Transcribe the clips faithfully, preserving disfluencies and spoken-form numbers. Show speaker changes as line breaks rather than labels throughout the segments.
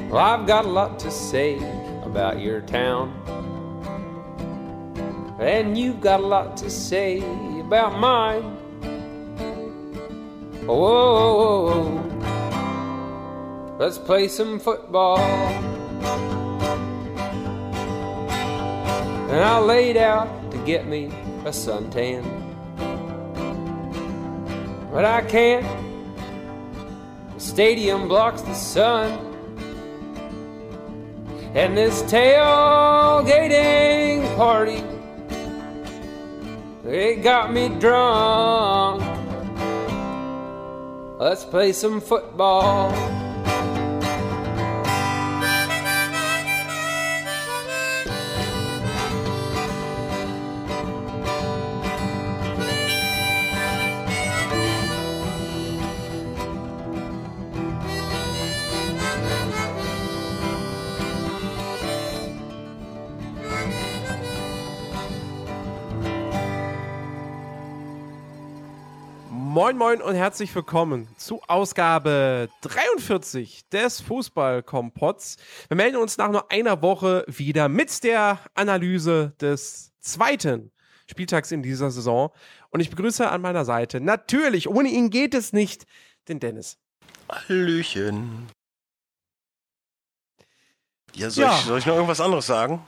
Well, I've got a lot to say about your town, and you've got a lot to say about mine. Whoa, whoa, whoa. Let's play some football. And I laid out to get me a suntan, but I can't. The stadium blocks the sun, and this tailgating party, it got me drunk. Let's play some football.
Moin Moin und herzlich willkommen zu Ausgabe dreiundvierzig des Fußball-Kompotts. Wir melden uns nach nur einer Woche wieder mit der Analyse des zweiten Spieltags in dieser Saison. Und ich begrüße an meiner Seite, natürlich, ohne ihn geht es nicht, den Dennis.
Hallöchen. Ja, soll,
Ja.
Ich, soll ich noch irgendwas anderes sagen?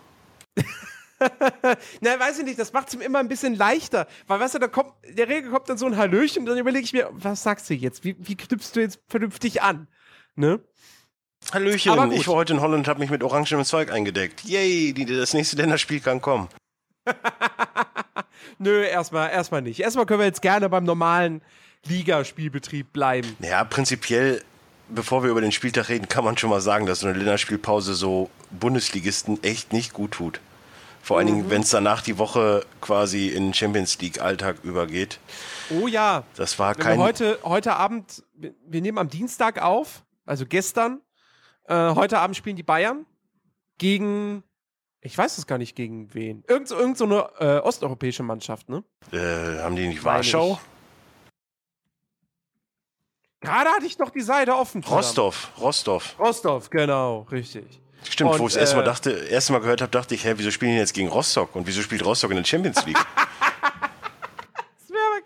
Na, weiß ich nicht, das macht es ihm immer ein bisschen leichter. Weil, weißt du, da kommt, in der Regel kommt dann so ein Hallöchen und dann überlege ich mir, was sagst du jetzt? Wie, wie knüpfst du jetzt vernünftig an? Ne?
Hallöchen,
Aber gut.
ich war heute in Holland und habe mich mit orangenem Zeug eingedeckt. Yay, die, das nächste Länderspiel kann kommen.
Nö, erstmal erstmal nicht. Erstmal können wir jetzt gerne beim normalen Ligaspielbetrieb bleiben.
Ja, prinzipiell, bevor wir über den Spieltag reden, kann man schon mal sagen, dass so eine Länderspielpause so Bundesligisten echt nicht gut tut. Vor allen Dingen, wenn es danach die Woche quasi in Champions League-Alltag übergeht.
Oh ja.
Das war
Wenn
kein...
wir heute, heute Abend, wir wir nehmen am Dienstag auf, also gestern. Äh, heute Abend spielen die Bayern gegen, ich weiß es gar nicht gegen wen. Irgend, so- irgend so eine äh, osteuropäische Mannschaft, ne?
Äh, haben die nicht
Meine
Warschau?
Gerade hatte ich noch die Seite offen. verdammt.
Rostov, Rostov.
Rostov, genau, richtig.
Stimmt,
Und,
wo ich das erste Mal
äh,
dachte, erste Mal gehört habe, dachte ich, hä, wieso spielen die jetzt gegen Rostock? Und wieso spielt Rostock in der Champions League?
Das wäre aber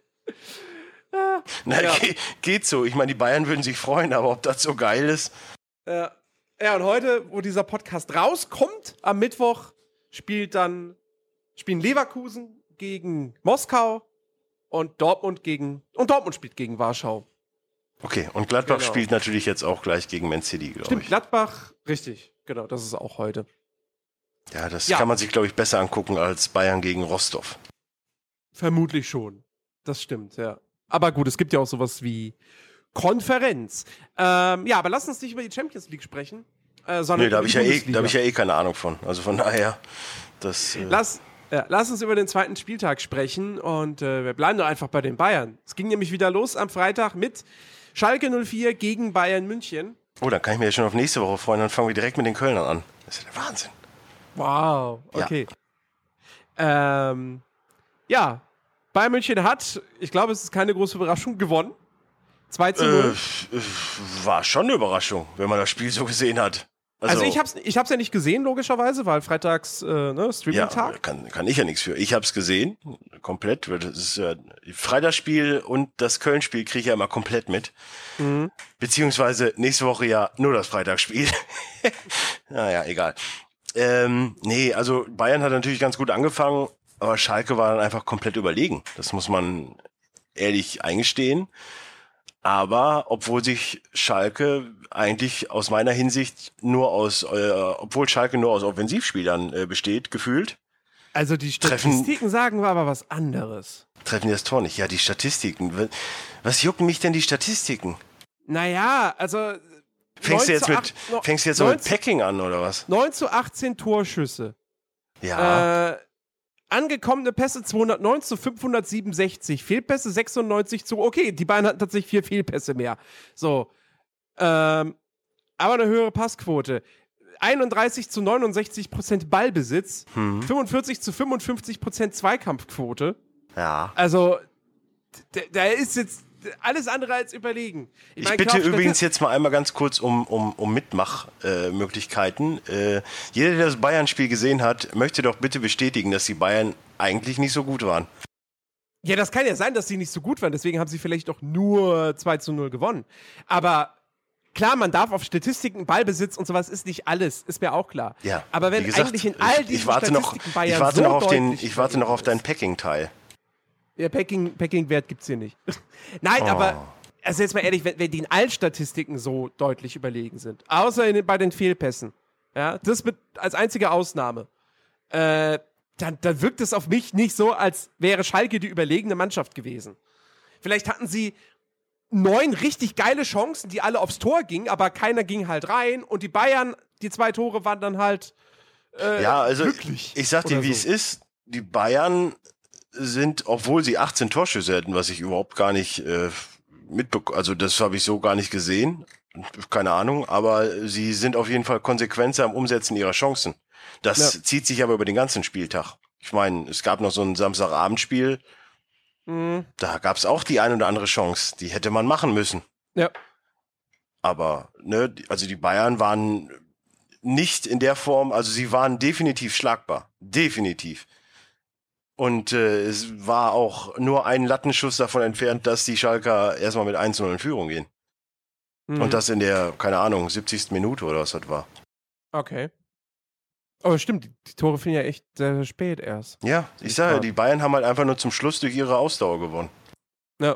geil.
Na,
Ja.
ge- geht so. Ich meine, die Bayern würden sich freuen, aber ob das so geil ist?
Ja. ja, und heute, wo dieser Podcast rauskommt, am Mittwoch, spielt dann, spielen Leverkusen gegen Moskau und Dortmund gegen, und Dortmund spielt gegen Warschau.
Okay, und Gladbach
Genau.
spielt natürlich jetzt auch gleich gegen Man City, glaube
Stimmt,
ich.
Gladbach, richtig, genau, das ist auch heute.
Ja, das
Ja.
kann man sich, glaube ich, besser angucken als Bayern gegen Rostov.
Vermutlich schon. Das stimmt, ja. Aber gut, es gibt ja auch sowas wie Konferenz. Ähm, ja, aber lass uns nicht über die Champions League sprechen, äh, sondern
Nee, da
über
habe ich,
die
ja eh,
Bundesliga.
da hab ich ja eh keine Ahnung von. Also von daher, das... Äh,
Lass, ja, lass uns über den zweiten Spieltag sprechen und äh, wir bleiben doch einfach bei den Bayern. Es ging nämlich wieder los am Freitag mit Schalke null vier gegen Bayern München.
oh, dann kann ich mir ja schon auf nächste Woche freuen. Dann fangen wir direkt mit den Kölnern an. Das ist ja der Wahnsinn.
Wow,
Ja.
okay. Ja, ähm, ja, Bayern München hat, ich glaube, es ist keine große Überraschung, gewonnen. zwei zu
Äh,
null.
f- f- war schon eine Überraschung, wenn man das Spiel so gesehen hat.
Also, ich hab's, ich hab's ja nicht gesehen, logischerweise, weil freitags äh, ne,
Ja,
Streaming-Tag.
kann, kann ich ja nichts für. Ich habe es gesehen, komplett. Das ist ja Freitagsspiel und das Köln-Spiel kriege ich ja immer komplett mit.
Mhm.
Beziehungsweise nächste Woche ja nur das Freitagsspiel. Naja, egal. Ähm, nee, also Bayern hat natürlich ganz gut angefangen, aber Schalke war dann einfach komplett überlegen. Das muss man ehrlich eingestehen. Aber obwohl sich Schalke eigentlich aus meiner Hinsicht nur aus, äh, obwohl Schalke nur aus Offensivspielern äh, besteht, gefühlt,
Also die
Treffen-
Statistiken sagen aber was anderes.
treffen die das Tor nicht. Ja, die Statistiken. Was- Was jucken mich denn die Statistiken?
Naja, also
Fängst du
neun
jetzt
zu
mit,
acht no-
fängst du jetzt so
neun
mit
zu-
Packing an, oder was?
neun zu achtzehn Torschüsse.
Ja.
Äh, angekommene Pässe zweihundertneun zu fünfhundertsiebenundsechzig. Fehlpässe sechsundneunzig zu. Okay, die beiden hatten tatsächlich vier Fehlpässe mehr. So. Ähm, aber eine höhere Passquote. einunddreißig zu neunundsechzig Prozent Ballbesitz.
Hm.
fünfundvierzig zu fünfundfünfzig Prozent Zweikampfquote.
Ja.
Also, d- da ist jetzt alles andere als überlegen.
Ich,
mein,
ich bitte
klar,
übrigens jetzt mal einmal ganz kurz um, um, um Mitmachmöglichkeiten. Äh, äh, jeder, der das Bayern-Spiel gesehen hat, möchte doch bitte bestätigen, dass die Bayern eigentlich nicht so gut waren.
Ja, das kann ja sein, dass sie nicht so gut waren. Deswegen haben sie vielleicht auch nur zwei zu null gewonnen. Aber klar, man darf auf Statistiken, Ballbesitz und sowas ist nicht alles. Ist mir auch klar.
Ja,
aber wenn
wie gesagt,
eigentlich in all diesen
ich, ich warte
Statistiken
noch,
Bayern
ich warte
so
noch auf den,
deutlich
ich warte noch auf deinen
ist.
Packing-Teil.
Ja, Packing, Packing-Wert gibt's hier nicht. Nein,
Oh.
aber also jetzt mal ehrlich, wenn, wenn die in allen Statistiken so deutlich überlegen sind, außer in, bei den Fehlpässen, ja, das mit als einzige Ausnahme, äh, dann, dann wirkt es auf mich nicht so, als wäre Schalke die überlegene Mannschaft gewesen. Vielleicht hatten sie neun richtig geile Chancen, die alle aufs Tor gingen, aber keiner ging halt rein und die Bayern, die zwei Tore waren dann halt äh,
Ja, also
glücklich.
ich sag dir,
oder
wie
so.
es ist. Die Bayern sind, obwohl sie achtzehn Torschüsse hätten, was ich überhaupt gar nicht äh, mitbekommen, also das habe ich so gar nicht gesehen, keine Ahnung, aber sie sind auf jeden Fall konsequenter im Umsetzen ihrer Chancen. Das
Ja.
zieht sich aber über den ganzen Spieltag. Ich meine, es gab noch so ein Samstagabendspiel,
Mhm.
da gab es auch die ein oder andere Chance, die hätte man machen müssen.
Ja.
Aber, ne, die- also die Bayern waren nicht in der Form, also sie waren definitiv schlagbar. Definitiv. Und äh, es war auch nur ein Lattenschuss davon entfernt, dass die Schalker erstmal mit eins zu null in Führung gehen.
Mhm.
Und das in der, keine Ahnung, siebzigsten Minute oder was das war.
Okay. Aber stimmt, die, die Tore finden ja echt sehr, sehr spät erst.
Ja, ich
Ich
sage ja,
grad.
die Bayern haben halt einfach nur zum Schluss durch ihre Ausdauer gewonnen.
Ja.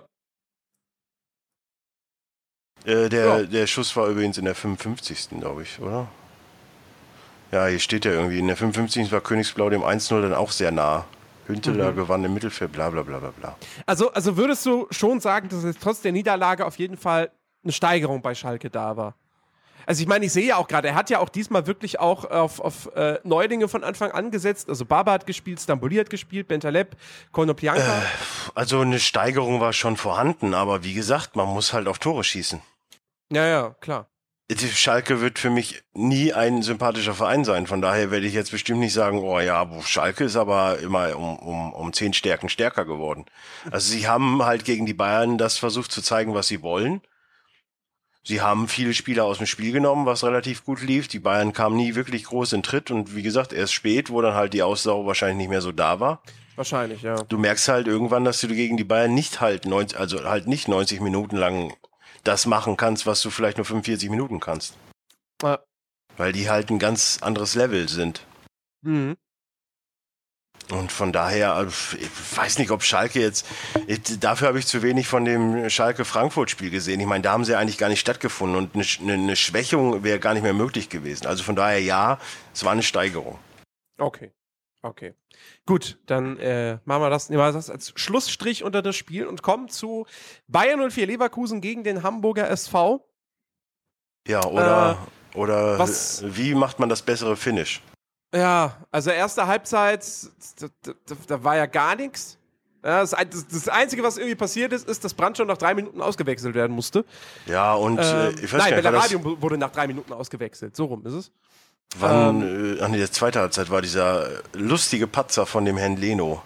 Äh, der,
Ja.
der Schuss war übrigens in der fünfundfünfzigsten glaube ich, oder? Ja, hier steht ja irgendwie, in der fünfundfünfzigsten war Königsblau dem eins zu null dann auch sehr nah. Hünteler
Mhm.
gewann im Mittelfeld, bla bla bla bla bla.
Also, also würdest du schon sagen, dass es trotz der Niederlage auf jeden Fall eine Steigerung bei Schalke da war? Also ich meine, ich sehe ja auch gerade, er hat ja auch diesmal wirklich auch auf, auf äh, Neulinge von Anfang an gesetzt. Also Baba hat gespielt, Stamboli hat gespielt, Bentaleb, Konoplyanka.
Also eine Steigerung war schon vorhanden, aber wie gesagt, man muss halt auf Tore schießen.
Ja, ja, klar.
Die Schalke wird für mich nie ein sympathischer Verein sein. Von daher werde ich jetzt bestimmt nicht sagen, oh ja, boah, Schalke ist aber immer um, um, um zehn Stärken stärker geworden. Also sie haben halt gegen die Bayern das versucht zu zeigen, was sie wollen. Sie haben viele Spieler aus dem Spiel genommen, was relativ gut lief. Die Bayern kamen nie wirklich groß in Tritt und wie gesagt, erst spät, wo dann halt die Ausdauer wahrscheinlich nicht mehr so da war.
Wahrscheinlich, ja.
Du merkst halt irgendwann, dass du gegen die Bayern nicht halt neunzig, also halt nicht neunzig Minuten lang das machen kannst, was du vielleicht nur fünfundvierzig Minuten kannst.
Ja.
Weil die halt ein ganz anderes Level sind.
Mhm.
Und von daher, also, ich weiß nicht, ob Schalke jetzt, ich, dafür habe ich zu wenig von dem Schalke-Frankfurt-Spiel gesehen. Ich meine, da haben sie eigentlich gar nicht stattgefunden und eine, eine Schwächung wäre gar nicht mehr möglich gewesen. Also von daher, ja, es war eine Steigerung.
Okay. Okay. Gut, dann äh, machen wir das, nehmen wir das als Schlussstrich unter das Spiel und kommen zu Bayern null vier Leverkusen gegen den Hamburger S V.
Ja, oder,
Äh,
oder
was-
wie macht man das bessere Finish?
Ja, also erste Halbzeit, da, da, da war ja gar nichts. Ja, das, das, das Einzige, was irgendwie passiert ist, ist, dass Brandt schon nach drei Minuten ausgewechselt werden musste.
Ja, und äh,
Ähm,
ich weiß
nein,
gar nicht, war das,
Bellaradio wurde nach drei Minuten ausgewechselt. So rum ist es.
wann, äh, ach nee, der zweite Halbzeit war dieser lustige Patzer von dem Herrn Leno.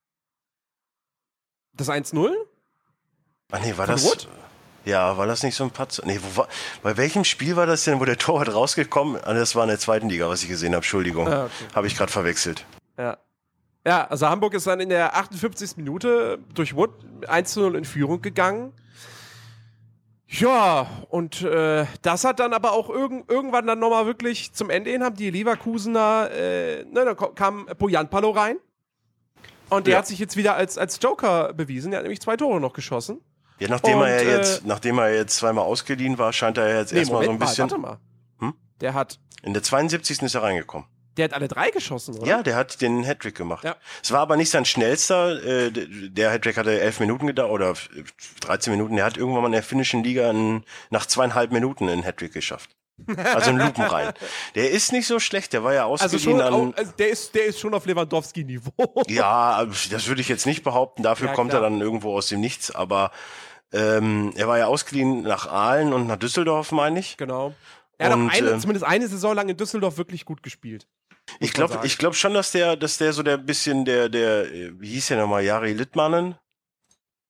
Das eins null?
Ach nee, war
Von
das...
Wood?
Ja, war das nicht so ein Patzer? Nee, wo war, bei welchem Spiel war das denn, wo der Torwart rausgekommen ist? Ah, das war in der zweiten Liga, was ich gesehen habe. Entschuldigung.
Ah, okay.
Habe ich gerade verwechselt.
Ja. Ja, also Hamburg ist dann in der achtundfünfzigsten Minute durch Wood eins zu null in Führung gegangen. Ja, und äh, das hat dann aber auch irg irgendwann dann nochmal wirklich zum Ende hin, haben die Leverkusener, äh, ne, da kam Bojanpalo rein. Und der
Ja.
hat sich jetzt wieder als, als Joker bewiesen. Der hat nämlich zwei Tore noch geschossen.
Ja, nachdem
Und,
er ja
äh,
jetzt, nachdem er jetzt zweimal ausgeliehen war, scheint er jetzt
Nee,
erstmal so ein
Moment
bisschen.
mal, warte mal.
Hm?
Der hat,
In der zweiundsiebzigsten ist er reingekommen.
der hat alle drei geschossen, oder?
Ja, der hat den Hattrick gemacht.
Ja.
Es war aber nicht sein schnellster. Äh, d- der Hattrick hatte elf Minuten gedauert oder dreizehn Minuten. Der hat irgendwann mal in der finnischen Liga in, nach zweieinhalb Minuten einen Hattrick geschafft. Also einen Lupen rein. Der ist nicht so schlecht. Der war ja
Also
ausgeliehen
schon,
an.
au- also der, ist, der ist schon auf Lewandowski-Niveau.
Ja, das würde ich jetzt nicht behaupten. Dafür
Ja,
kommt
klar.
er dann irgendwo aus dem Nichts. Aber ähm, er war ja ausgeliehen nach Aalen und nach Düsseldorf, meine ich.
Genau. Er hat auch
Und,
eine,
äh,
zumindest eine Saison lang in Düsseldorf wirklich gut gespielt. muss
Ich
man
glaube,
sagen.
ich glaube schon, dass der, dass der so der bisschen der, der, äh, wie hieß der nochmal, Jari Littmannen?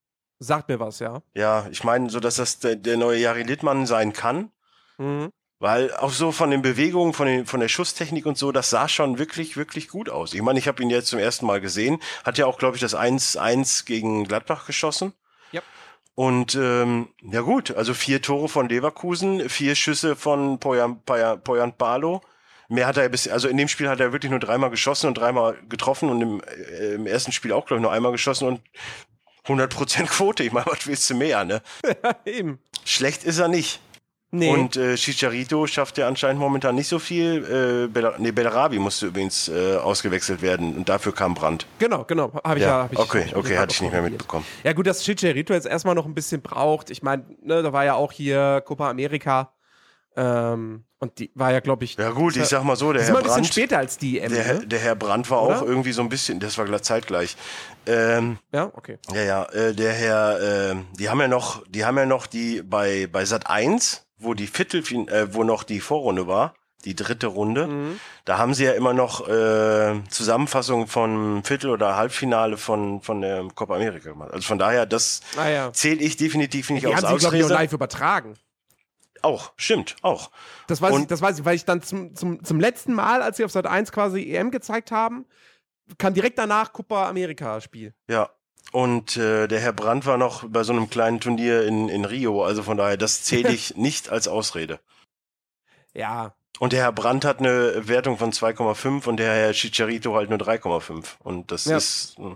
Sagt mir was, ja.
Ja, ich meine, so dass das der, der neue Jari Littmann sein kann.
Mhm.
Weil auch so von den Bewegungen, von, den, von der Schusstechnik und so, das sah schon wirklich, wirklich gut aus. Ich meine, ich habe ihn jetzt zum ersten Mal gesehen. Hat ja auch, glaube ich, das eins eins gegen Gladbach geschossen.
Ja.
Und ähm, ja gut, also vier Tore von Leverkusen, vier Schüsse von Poyan, Poyan, Poyan Palo. Mehr hat er bis, also in dem Spiel hat er wirklich nur dreimal geschossen und dreimal getroffen und im, äh, im ersten Spiel auch, glaube ich, nur einmal geschossen und hundert Prozent Quote. Ich meine, was willst du mehr, ne?
Eben.
Schlecht ist er nicht.
Nee.
Und äh, Chicharito schafft ja anscheinend momentan nicht so viel. Äh, Bel nee, Bellarabi musste übrigens äh, ausgewechselt werden und dafür kam Brandt.
Genau, genau. Habe ich ja.
Ja,
hab ich,
okay,
hab ich
okay,
hab
hatte ich
auch
nicht mehr
korrigiert.
mitbekommen.
Ja gut, dass Chicharito jetzt erstmal noch ein bisschen braucht. Ich meine, ne, da war ja auch hier Copa America. Ähm, und die war ja, glaube ich...
Ja gut,
das
ich sag mal so, der
ist
Herr
immer ein bisschen
Brandt,
später als die E M,
der,
ne?
der Herr Brandt war
Oder?
auch irgendwie so ein bisschen, das war gleich zeitgleich. Ähm,
Ja, okay.
ja, ja, äh, der Herr, äh, die haben ja noch, die haben ja noch die bei bei Sat eins, wo die Viertelfin, äh, wo noch die Vorrunde war, die dritte Runde.
Mhm.
Da haben sie ja immer noch äh, Zusammenfassungen von Viertel- oder Halbfinale von von der Copa America gemacht. Also von daher, das
Ah ja.
zähle ich definitiv nicht
Die
aus
haben sie, glaube ich, auch
Ausreser.
live übertragen.
Auch, stimmt, auch.
Das weiß, ich,
Und-
das weiß ich, weil ich dann zum, zum, zum letzten Mal, als sie auf Sat eins quasi E M gezeigt haben, kam direkt danach Copa America Spiel.
Ja. Und äh, der Herr Brandt war noch bei so einem kleinen Turnier in, in Rio, also von daher, das zähle ich nicht als Ausrede.
Ja,
Und der Herr Brandt hat eine Wertung von zwei Komma fünf und der Herr Chicharito halt nur drei Komma fünf. Und das
Ja.
ist mh,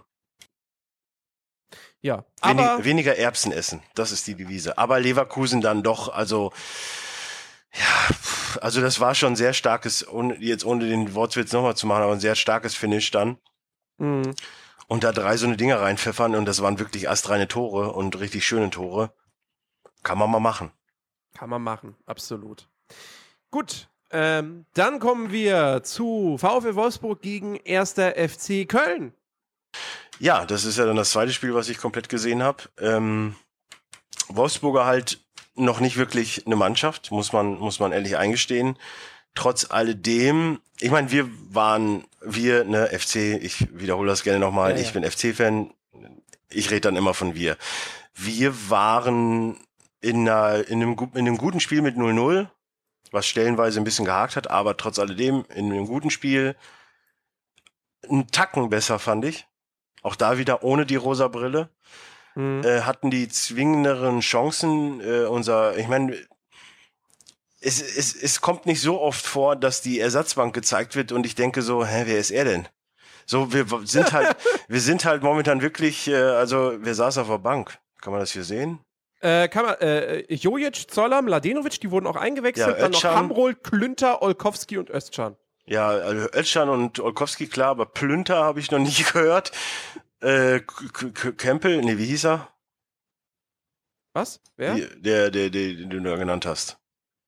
ja.
wenig,
Aber
weniger Erbsen essen, das ist die Devise. Aber Leverkusen dann doch, also ja, pff, also das war schon ein sehr starkes, ohne, jetzt ohne den Wortwitz nochmal zu machen, aber ein sehr starkes Finish dann.
mh,
Und da drei so eine Dinger reinpfeffern und das waren wirklich astreine Tore und richtig schöne Tore. Kann man mal machen.
kann man machen, absolut. Gut, ähm, dann kommen wir zu VfL Wolfsburg gegen erster F C Köln.
Ja, das ist ja dann das zweite Spiel, was ich komplett gesehen habe. Ähm, Wolfsburger halt noch nicht wirklich eine Mannschaft, muss man, muss man ehrlich eingestehen. Trotz alledem, ich meine, wir waren, wir, ne, F C, ich wiederhole das gerne nochmal,
Ja, ja.
ich bin F C-Fan, ich rede dann immer von wir. Wir waren in, einer, in, einem, gu- in einem guten Spiel mit null null, was stellenweise ein bisschen gehakt hat, aber trotz alledem in einem guten Spiel einen Tacken besser, fand ich. Auch da wieder ohne die rosa Brille.
Mhm.
Äh, hatten die zwingenderen Chancen. Äh, unser, ich meine, es, es, es kommt nicht so oft vor, dass die Ersatzbank gezeigt wird und ich denke so, hä, wer ist er denn? So, wir w- sind halt, wir sind halt momentan wirklich, äh, also wer saß auf der Bank? Kann man das hier sehen?
Äh, kann man, äh, Jojic, Zoller, Mladenovic, die wurden auch eingewechselt.
Ja,
dann noch
Özcan.
Hamrol, Klünter, Olkowski und Özcan.
Ja, also Özcan und Olkowski, klar, aber Plünter habe ich noch nie gehört. Äh, K- K- Kempel, nee, wie hieß er?
Was? Wer?
Wie- Der, der, der, den du da genannt hast.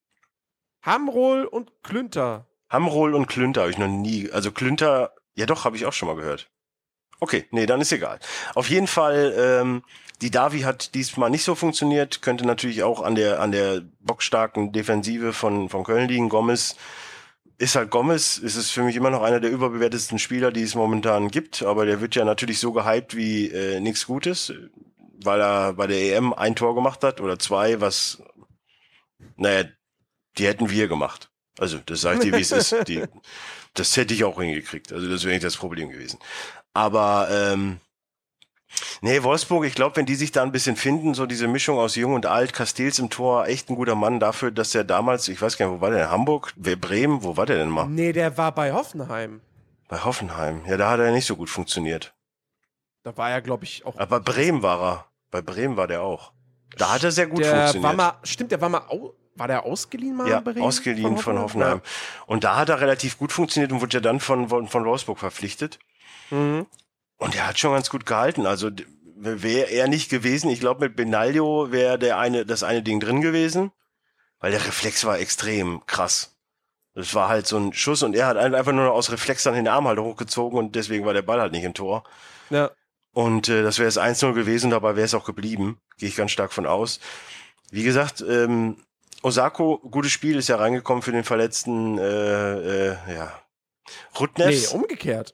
Hamrol und Klünter.
Hamrol und Klünter habe ich noch nie, also Klünter, ja doch, habe ich auch schon mal gehört. Okay, nee, dann ist egal. Auf jeden Fall, ähm, die Davi hat diesmal nicht so funktioniert, könnte natürlich auch an der an der bockstarken Defensive von von Köln liegen. Gomez ist halt Gomez, ist es für mich immer noch einer der überbewertesten Spieler, die es momentan gibt, aber der wird ja natürlich so gehypt wie äh, nichts Gutes, weil er bei der E M ein Tor gemacht hat oder zwei, was, naja, die hätten wir gemacht. Also, das sag ich dir, wie es ist. Die, das hätte ich auch hingekriegt. Also, das wäre nicht das Problem gewesen. Aber, ähm, nee, Wolfsburg, ich glaube, wenn die sich da ein bisschen finden, so diese Mischung aus Jung und Alt, Castells im Tor, echt ein guter Mann dafür, dass er damals, ich weiß gar nicht, wo war der, in Hamburg? Wer, Bremen? Wo war der denn mal?
Nee, der war bei Hoffenheim.
Bei Hoffenheim. Ja, da hat er nicht so gut funktioniert.
Da war er, glaube ich, auch.
Aber bei Bremen war er. Bei Bremen war der auch. Da hat er sehr gut
der
funktioniert.
war mal, stimmt, der war mal, au, war der ausgeliehen mal?
Ja,
bei Bremen
ausgeliehen von Hoffenheim. Und da hat er relativ gut funktioniert und wurde ja dann von, von, von Wolfsburg verpflichtet.
Ja. Mhm.
Und er hat schon ganz gut gehalten. Also d- wäre er nicht gewesen, ich glaube mit Benaglio wäre der eine, das eine Ding drin gewesen, weil der Reflex war extrem krass. Das war halt so ein Schuss und er hat einfach nur noch aus Reflex dann den Arm halt hochgezogen und deswegen war der Ball halt nicht im Tor.
Ja.
Und äh, das wäre das eins null gewesen, dabei wäre es auch geblieben. Gehe ich ganz stark von aus. Wie gesagt, ähm, Osako, gutes Spiel, ist ja reingekommen für den verletzten äh, äh, ja,
Nee,
Rudnevs.
umgekehrt.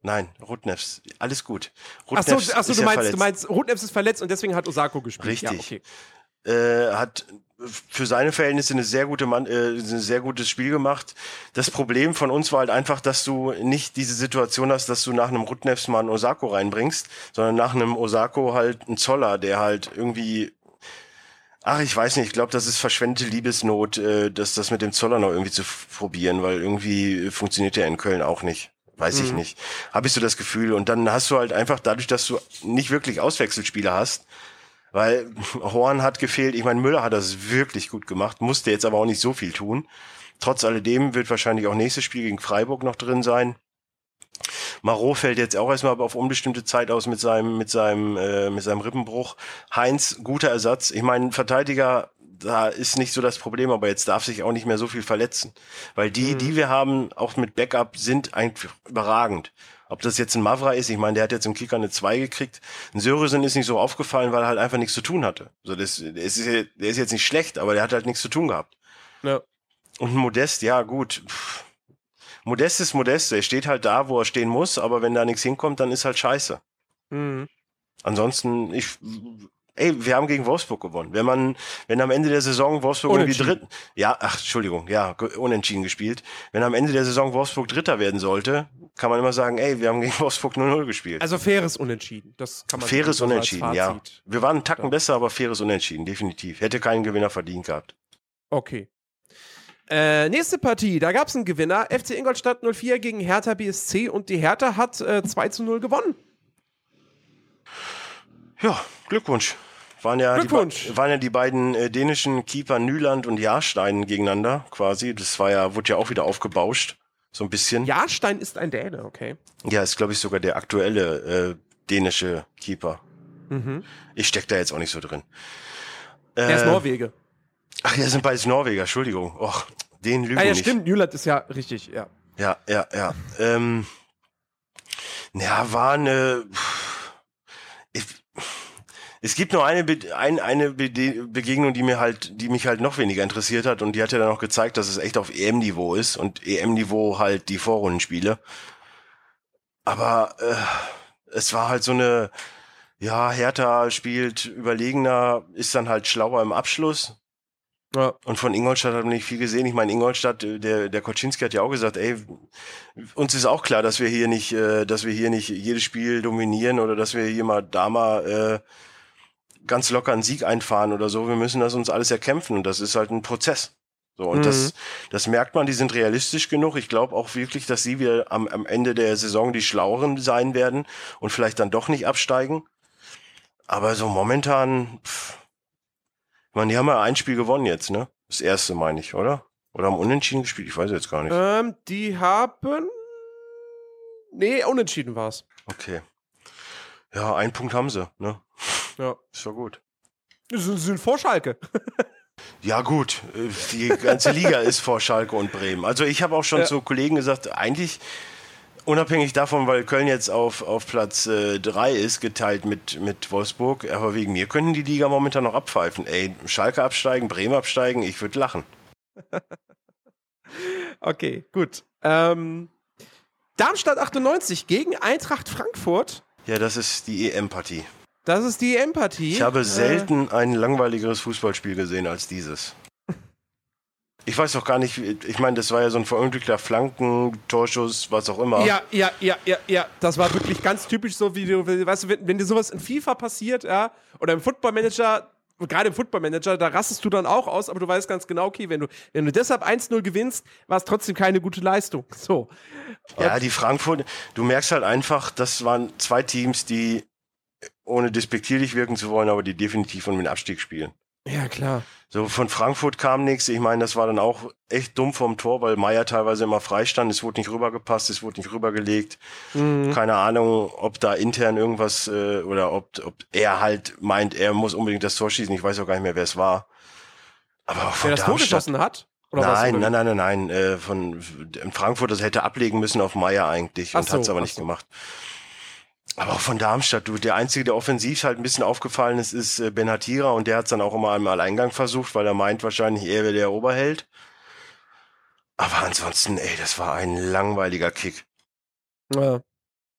Nein, Rudnevs, alles gut.
Achso,
Rudnevs
ach so,
ist
du
ja
meinst,
verletzt.
du meinst, Rudnevs ist verletzt und deswegen hat Osako gespielt.
Richtig.
Ja, okay.
Äh, hat für seine Verhältnisse eine sehr gute Mann, äh, ein sehr gutes Spiel gemacht. Das Problem von uns war halt einfach, dass du nicht diese Situation hast, dass du nach einem Rudnevs mal einen Osako reinbringst, sondern nach einem Osako halt einen Zoller, der halt irgendwie, ach, ich weiß nicht, ich glaube, das ist verschwendete Liebesnot, äh, dass das mit dem Zoller noch irgendwie zu f- probieren, weil irgendwie funktioniert der in Köln auch nicht. Weiß ich
Mhm.
nicht. Habe ich so das Gefühl. Und dann hast du halt einfach dadurch, dass du nicht wirklich Auswechselspieler hast, weil Horn hat gefehlt. Ich meine, Müller hat das wirklich gut gemacht, musste jetzt aber auch nicht so viel tun. Trotz alledem wird wahrscheinlich auch nächstes Spiel gegen Freiburg noch drin sein. Marot fällt jetzt auch erstmal auf unbestimmte Zeit aus mit seinem, mit seinem, äh, mit seinem Rippenbruch. Heinz, guter Ersatz. Ich meine, Verteidiger, da ist nicht so das Problem, aber jetzt darf sich auch nicht mehr so viel verletzen. Weil die,
Mhm.
die wir haben, auch mit Backup, sind eigentlich überragend. Ob das jetzt ein Mavra ist, ich meine, der hat jetzt im Kicker eine zwei gekriegt. Ein Sörensen ist nicht so aufgefallen, weil er halt einfach nichts zu tun hatte. So, das, der, ist, der ist jetzt nicht schlecht, aber der hat halt nichts zu tun gehabt.
Ja.
Und ein Modest, ja gut. Pff. Modest ist Modest, er steht halt da, wo er stehen muss, aber wenn da nichts hinkommt, dann ist halt scheiße.
Mhm.
Ansonsten, ich, ey, wir haben gegen Wolfsburg gewonnen. Wenn man, wenn am Ende der Saison Wolfsburg irgendwie
Unentschieden.
dritt, ja, ach, Entschuldigung, ja, ge- unentschieden gespielt. Wenn am Ende der Saison Wolfsburg Dritter werden sollte, kann man immer sagen, ey, wir haben gegen Wolfsburg null null gespielt.
Also faires Unentschieden. Das kann man
Faires
so als
Unentschieden, ja.
Fazit.
Wir waren einen Tacken
Ja.
besser, aber faires Unentschieden, definitiv. Hätte keinen Gewinner verdient gehabt.
Okay. Äh, nächste Partie, da gab es einen Gewinner. F C Ingolstadt null vier gegen Hertha B S C und die Hertha hat äh, zwei zu null gewonnen.
Ja, Glückwunsch. Waren ja,
Glückwunsch.
Die, be- waren ja die beiden äh, dänischen Keeper Nyland und Jahrstein gegeneinander quasi. Das war ja, wurde ja auch wieder aufgebauscht. So ein bisschen. Ja,
Jahrstein ist ein Däne, okay.
ja ist, glaube ich, sogar der aktuelle äh, dänische Keeper.
Mhm.
Ich steck da jetzt auch nicht so drin.
Er ist
Äh,
Norwege.
Ach, ja, sind beides Norweger, Entschuldigung. Och, den lügen
Ah ja,
nicht.
stimmt, Jülat ist ja richtig, ja.
Ja, ja, ja. Ähm, ja, war eine. Ich, es gibt nur eine, Be ein, eine Be Begegnung, die mir halt, die mich halt noch weniger interessiert hat, und die hat ja dann auch gezeigt, dass es echt auf E M-Niveau ist und E M-Niveau halt die Vorrundenspiele. Aber äh, es war halt so eine, ja, Hertha spielt überlegener, ist dann halt schlauer im Abschluss.
Ja.
Und von Ingolstadt hat man nicht viel gesehen. Ich meine, Ingolstadt, der, der Koczynski hat ja auch gesagt, ey, uns ist auch klar, dass wir hier nicht, äh, dass wir hier nicht jedes Spiel dominieren oder dass wir hier mal da mal äh, ganz locker einen Sieg einfahren oder so. Wir müssen das uns alles erkämpfen, und das ist halt ein Prozess. So, und
Mhm.
das, das merkt man, die sind realistisch genug. Ich glaube auch wirklich, dass sie wieder am, am Ende der Saison die Schlaueren sein werden und vielleicht dann doch nicht absteigen. Aber so momentan, pff, ich meine, die haben ja ein Spiel gewonnen jetzt, ne? Das erste, meine ich, oder? Oder haben unentschieden gespielt? Ich weiß jetzt gar nicht.
Ähm, die haben. Nee, unentschieden war's.
Okay. Ja, einen Punkt haben sie, ne?
Ja.
Ist doch gut.
Sie sind, sind vor Schalke.
Ja gut, äh, die ganze Liga ist vor Schalke und Bremen. Also ich habe auch schon
Ja.
zu Kollegen gesagt, eigentlich unabhängig davon, weil Köln jetzt auf, auf Platz äh, drei ist, geteilt mit, mit Wolfsburg, aber wegen mir können die Liga momentan noch abpfeifen. Ey, Schalke absteigen, Bremen absteigen, ich würde lachen.
Okay, gut. Ähm, Darmstadt achtundneunzig gegen Eintracht Frankfurt.
Ja, das ist die E M-Partie.
Das ist die E M-Partie.
Ich habe
Äh,
selten ein langweiligeres Fußballspiel gesehen als dieses. Ich weiß doch gar nicht, ich meine, das war ja so ein verunglückter Flanken, Torschuss, was auch immer.
Ja, ja, ja, ja, ja. Das war wirklich ganz typisch so, wie du, weißt du, wenn, wenn dir sowas in FIFA passiert, ja, oder im Football Manager, gerade im Football Manager, da rastest du dann auch aus, aber du weißt ganz genau, okay, wenn du, wenn du deshalb eins null gewinnst, war es trotzdem keine gute Leistung. So.
Ja, die Frankfurt, du merkst halt einfach, das waren zwei Teams, die, ohne despektierlich wirken zu wollen, aber die definitiv um den Abstieg spielen.
Ja, klar.
So, von Frankfurt kam nichts. Ich meine, das war dann auch echt dumm vom Tor, weil Meier teilweise immer freistand. Es wurde nicht rübergepasst, es wurde nicht rübergelegt.
Mhm.
Keine Ahnung, ob da intern irgendwas äh, oder ob, ob er halt meint, er muss unbedingt das Tor schießen. Ich weiß auch gar nicht mehr, wer es war. Aber auch von
Wer das Tor
Darmstadt.
geschossen hat? Oder was?
Nein, nein, nein, nein, nein. Äh, von in Frankfurt, das hätte ablegen müssen auf Meier eigentlich
Ach
und
so,
hat es aber
ach
nicht
so.
gemacht. Aber auch von Darmstadt, du, der Einzige, der offensiv halt ein bisschen aufgefallen ist, ist äh, Ben Hatira, und der hat es dann auch immer im Alleingang versucht, weil er meint wahrscheinlich, er wäre der Oberheld. Aber ansonsten, ey, das war ein langweiliger Kick.
Ja.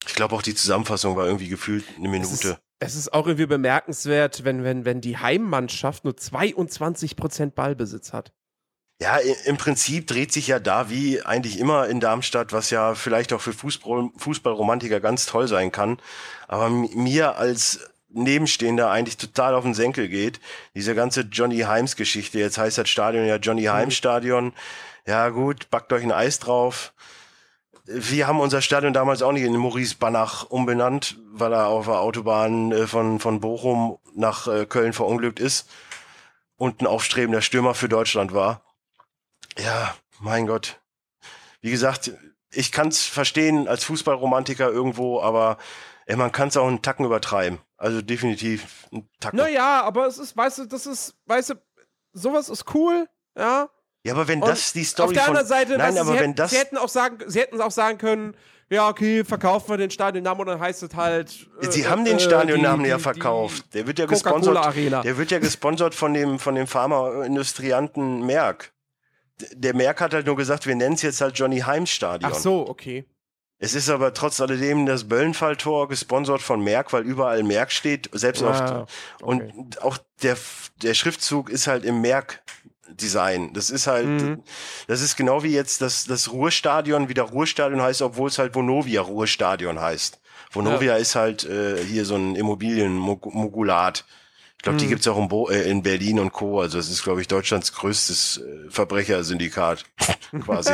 Ich glaube auch die Zusammenfassung war irgendwie gefühlt eine Minute.
Es ist, es ist auch irgendwie bemerkenswert, wenn, wenn, wenn die Heimmannschaft nur zweiundzwanzig Prozent Ballbesitz hat.
Ja, im Prinzip dreht sich ja da wie eigentlich immer in Darmstadt, was ja vielleicht auch für Fußball, Fußballromantiker ganz toll sein kann, aber mir als Nebenstehender eigentlich total auf den Senkel geht, diese ganze Johnny Heims Geschichte. Jetzt heißt das Stadion ja Johnny Heims Stadion. Ja gut, backt euch ein Eis drauf. Wir haben unser Stadion damals auch nicht in Maurice Banach umbenannt, weil er auf der Autobahn von, von Bochum nach Köln verunglückt ist und ein aufstrebender Stürmer für Deutschland war. Ja, mein Gott. Wie gesagt, ich kann es verstehen als Fußballromantiker irgendwo, aber ey, man kann es auch einen Tacken übertreiben. Also definitiv einen Tacken.
Naja, aber es ist, weißt du, das ist, weißt du, sowas ist cool, ja.
Ja, aber wenn
Und
das die Story
auf der
von...
anderen Seite,
Nein,
weißt du,
aber
sie,
wenn
hätten,
das...
sie hätten auch sagen, sie hätten auch sagen können, ja, okay, verkaufen wir den Stadionnamen und dann heißt es halt. Äh,
Sie haben den
äh,
Stadionnamen
die,
ja
die,
verkauft. Der wird ja
Coca-Cola
gesponsert.
Arena.
Der wird ja gesponsert von dem von dem Pharmaindustrianten Merck. Der Merck hat halt nur gesagt, wir nennen es jetzt halt Johnny Heims Stadion.
Ach so, okay.
Es ist aber trotz alledem das Böllenfalltor gesponsert von Merck, weil überall Merck steht, selbst
Ah,
auf
okay.
und auch der der Schriftzug ist halt im Merck Design. Das ist halt,
Mhm.
das ist genau wie jetzt das, das Ruhrstadion wieder Ruhrstadion heißt, obwohl es halt Vonovia Ruhrstadion heißt. Vonovia
Ja.
ist halt äh, hier so ein Immobilienmogulat. Ich glaube, die
Mhm.
gibt's auch in, Bo äh, in Berlin und Co. Also es ist, glaube ich, Deutschlands größtes äh, Verbrechersyndikat quasi.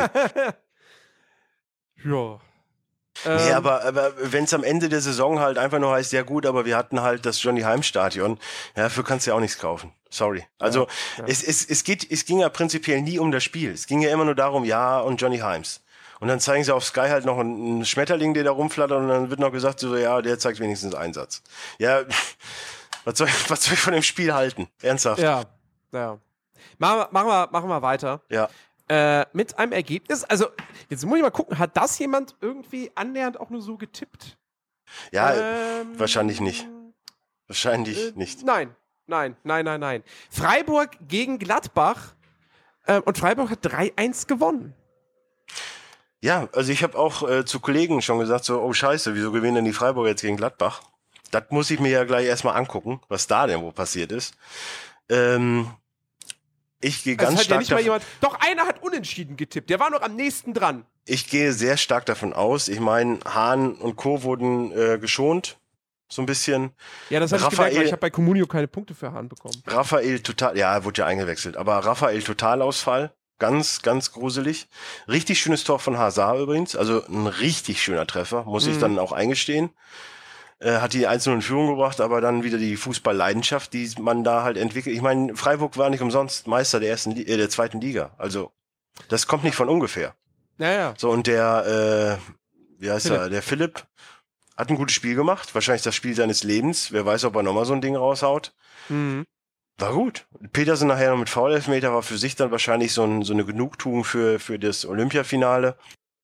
Ja.
Nee,
Ähm,
aber, aber wenn es am Ende der Saison halt einfach nur heißt, ja gut, aber wir hatten halt das Johnny Heims Stadion, ja, dafür kannst du ja auch nichts kaufen. Sorry. Also
ja.
Es, es, es, geht, es ging ja prinzipiell nie um das Spiel. Es ging ja immer nur darum, ja, und Johnny Heims. Und dann zeigen sie auf Sky halt noch einen, einen Schmetterling, der da rumflattert und dann wird noch gesagt, so, ja, der zeigt wenigstens Einsatz. Ja, was soll, ich, was soll ich von dem Spiel halten? Ernsthaft.
Ja, ja. Machen wir, machen wir, machen wir weiter.
Ja.
Äh, mit einem Ergebnis. Also, jetzt muss ich mal gucken, hat das jemand irgendwie annähernd auch nur so getippt?
Ja,
Ähm,
wahrscheinlich nicht. Wahrscheinlich
Äh,
nicht.
Nein, nein, nein, nein, nein. Freiburg gegen Gladbach äh, und Freiburg hat drei eins gewonnen.
Ja, also ich habe auch äh, zu Kollegen schon gesagt, so, oh scheiße, wieso gewinnen denn die Freiburger jetzt gegen Gladbach? Das muss ich mir ja gleich erstmal angucken, was da denn wo passiert ist. Ähm, ich gehe
Also
ganz
hat ja
stark
nicht mal
davon,
jemand. Doch, einer hat unentschieden getippt. Der war noch am nächsten dran.
ich gehe sehr stark davon aus. Ich meine, Hahn und Co. wurden äh, geschont, so ein bisschen.
Ja, das habe ich
Raphael-
gemerkt, weil ich habe bei Comunio keine Punkte für Hahn bekommen.
Raphael total, ja, er wurde ja eingewechselt, aber Raphael Totalausfall. Ganz, ganz gruselig. Richtig schönes Tor von Hazard übrigens. Also ein richtig schöner Treffer, muss ich
Mhm.
dann auch eingestehen. Äh, hat die eins null in Führung gebracht, aber dann wieder die Fußballleidenschaft, die man da halt entwickelt. Ich meine, Freiburg war nicht umsonst Meister der ersten, Li- äh, der zweiten Liga. Also das kommt nicht von ungefähr.
Naja.
So, und der, äh, wie heißt
Philipp.
er, der Philipp hat ein gutes Spiel gemacht. Wahrscheinlich das Spiel seines Lebens. Wer weiß, ob er nochmal so ein Ding raushaut.
Mhm.
War gut. Petersen nachher noch mit Foul-Elfmeter war für sich dann wahrscheinlich so, ein, so eine Genugtuung für, für das Olympiafinale.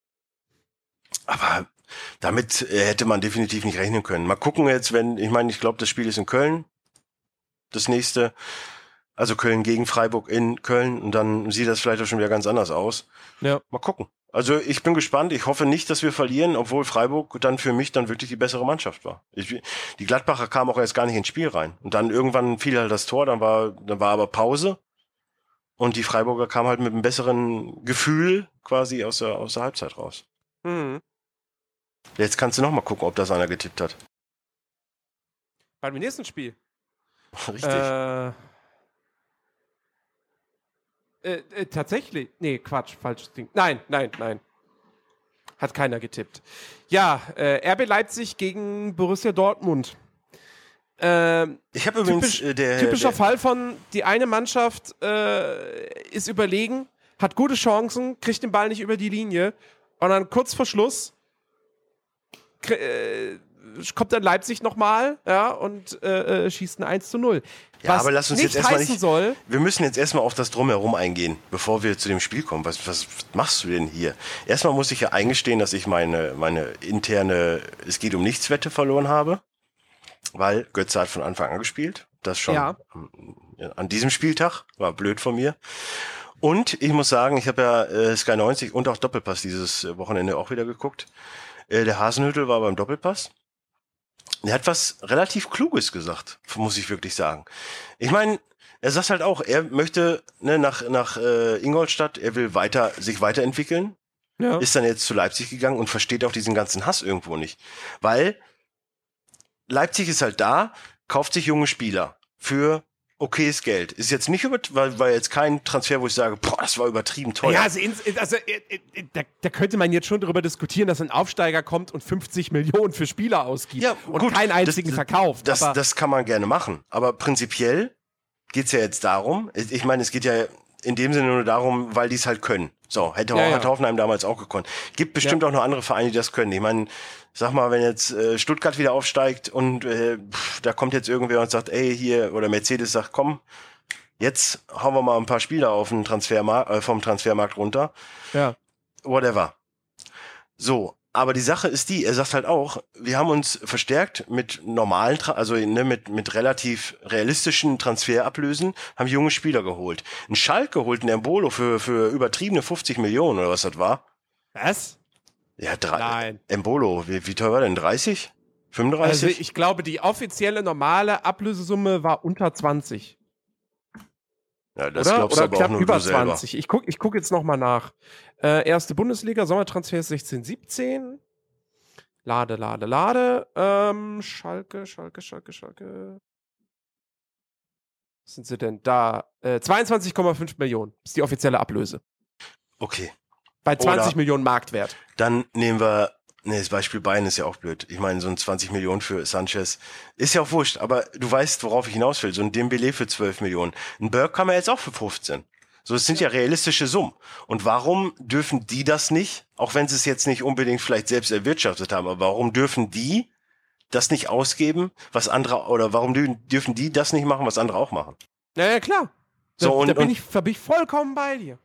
Aber damit äh, hätte man definitiv nicht rechnen können. Mal gucken jetzt, wenn, ich meine, ich glaube, das Spiel ist in Köln. Das nächste. Also Köln gegen Freiburg in Köln. Und dann sieht das vielleicht auch schon wieder ganz anders aus.
Ja.
Mal gucken. Also ich bin gespannt. Ich hoffe nicht, dass wir verlieren, obwohl Freiburg dann für mich dann wirklich die bessere Mannschaft war. Ich, die Gladbacher kamen auch erst gar nicht ins Spiel rein. Und dann irgendwann fiel halt das Tor, dann war, dann war aber Pause. Und die Freiburger kamen halt mit einem besseren Gefühl quasi aus der, aus der Halbzeit raus.
Mhm.
Jetzt kannst du noch mal gucken, ob das einer getippt hat.
Beim nächsten Spiel.
Richtig.
Äh, äh, äh, tatsächlich. Nee, Quatsch, falsches Ding. Nein, nein, nein. Hat keiner getippt. Ja, äh, R B Leipzig gegen Borussia Dortmund. Ähm,
ich habe übrigens
typisch,
äh, der,
typischer
der,
Fall von, die eine Mannschaft äh, ist überlegen, hat gute Chancen, kriegt den Ball nicht über die Linie und dann kurz vor Schluss krie- äh, kommt dann Leipzig nochmal, ja, und äh, äh, schießt ein eins zu null.
Ja,
Was
aber lass uns
nicht
jetzt erstmal
heißen
nicht-
soll,
Wir müssen jetzt erstmal auf das Drumherum eingehen, bevor wir zu dem Spiel kommen. Was, was machst du denn hier? Erstmal muss ich ja eingestehen, dass ich meine, meine interne Es geht um nichts Wette verloren habe, weil Götze hat von Anfang an gespielt. Das schon
Ja.
am- an diesem Spieltag. War blöd von mir. Und ich muss sagen, ich habe ja äh, Sky neunzig und auch Doppelpass dieses Wochenende auch wieder geguckt. Äh, der Hasenhüttl war beim Doppelpass. Er hat was relativ Kluges gesagt, muss ich wirklich sagen. Ich meine, er sagt halt auch, er möchte ne, nach, nach äh, Ingolstadt, er will weiter sich weiterentwickeln. Ja. Ist dann jetzt zu Leipzig gegangen und versteht auch diesen ganzen Hass irgendwo nicht. Weil Leipzig ist halt da, kauft sich junge Spieler für okayes Geld. Ist jetzt nicht über, weil, weil jetzt kein Transfer, wo ich sage, boah, das war übertrieben teuer.
Ja, also, ins, also äh, äh, da, da könnte man jetzt schon darüber diskutieren, dass ein Aufsteiger kommt und fünfzig Millionen für Spieler ausgibt ja, und gut, keinen einzigen
das,
verkauft.
Das, das kann man gerne machen. Aber prinzipiell geht's ja jetzt darum, ich meine, es geht ja in dem Sinne nur darum, weil die es halt können. So, hätte ja, hat ja. Hoffenheim damals auch gekonnt. Gibt bestimmt ja. auch noch andere Vereine, die das können. Ich meine, sag mal, wenn jetzt äh, Stuttgart wieder aufsteigt und äh, pff, da kommt jetzt irgendwer und sagt, ey, hier, oder Mercedes sagt, komm, jetzt hauen wir mal ein paar Spieler auf den Transfermarkt, äh, vom Transfermarkt runter.
Ja.
Whatever. So, aber die Sache ist die, er sagt halt auch, wir haben uns verstärkt mit normalen, also ne, mit, mit relativ realistischen Transferablösen, haben junge Spieler geholt. Ein Schalke holt einen Embolo für, für übertriebene fünfzig Millionen oder was das war.
Was?
Ja, drei. Nein. Embolo, wie, wie teuer war denn? dreißig? fünfunddreißig?
Also ich glaube, die offizielle normale Ablösesumme war unter zwanzig.
Ja, das
oder?
glaubst
Oder
aber
knapp
auch nur
über
du selber.
zwanzig. Ich gucke ich guck jetzt nochmal nach. Äh, erste Bundesliga, Sommertransfer sechzehn siebzehn. Lade, lade, lade. Ähm, Schalke, Schalke, Schalke, Schalke. Was sind sie denn da? Äh, zweiundzwanzig Komma fünf Millionen ist die offizielle Ablöse.
Okay.
Bei zwanzig
Oder
Millionen Marktwert.
Dann nehmen wir, ne, das Beispiel Bayern ist ja auch blöd. Ich meine, so ein zwanzig Millionen für Sanchez ist ja auch wurscht, aber du weißt, worauf ich hinaus will. So ein Dembélé für zwölf Millionen. Ein Burke kann man jetzt auch für fünfzehn. So, es sind ja realistische Summen. Und warum dürfen die das nicht, auch wenn sie es jetzt nicht unbedingt vielleicht selbst erwirtschaftet haben, aber warum dürfen die das nicht ausgeben, was andere, oder warum dürfen die das nicht machen, was andere auch machen?
Ja, ja klar.
So,
da,
und,
da, bin
und,
ich, da bin ich vollkommen bei dir.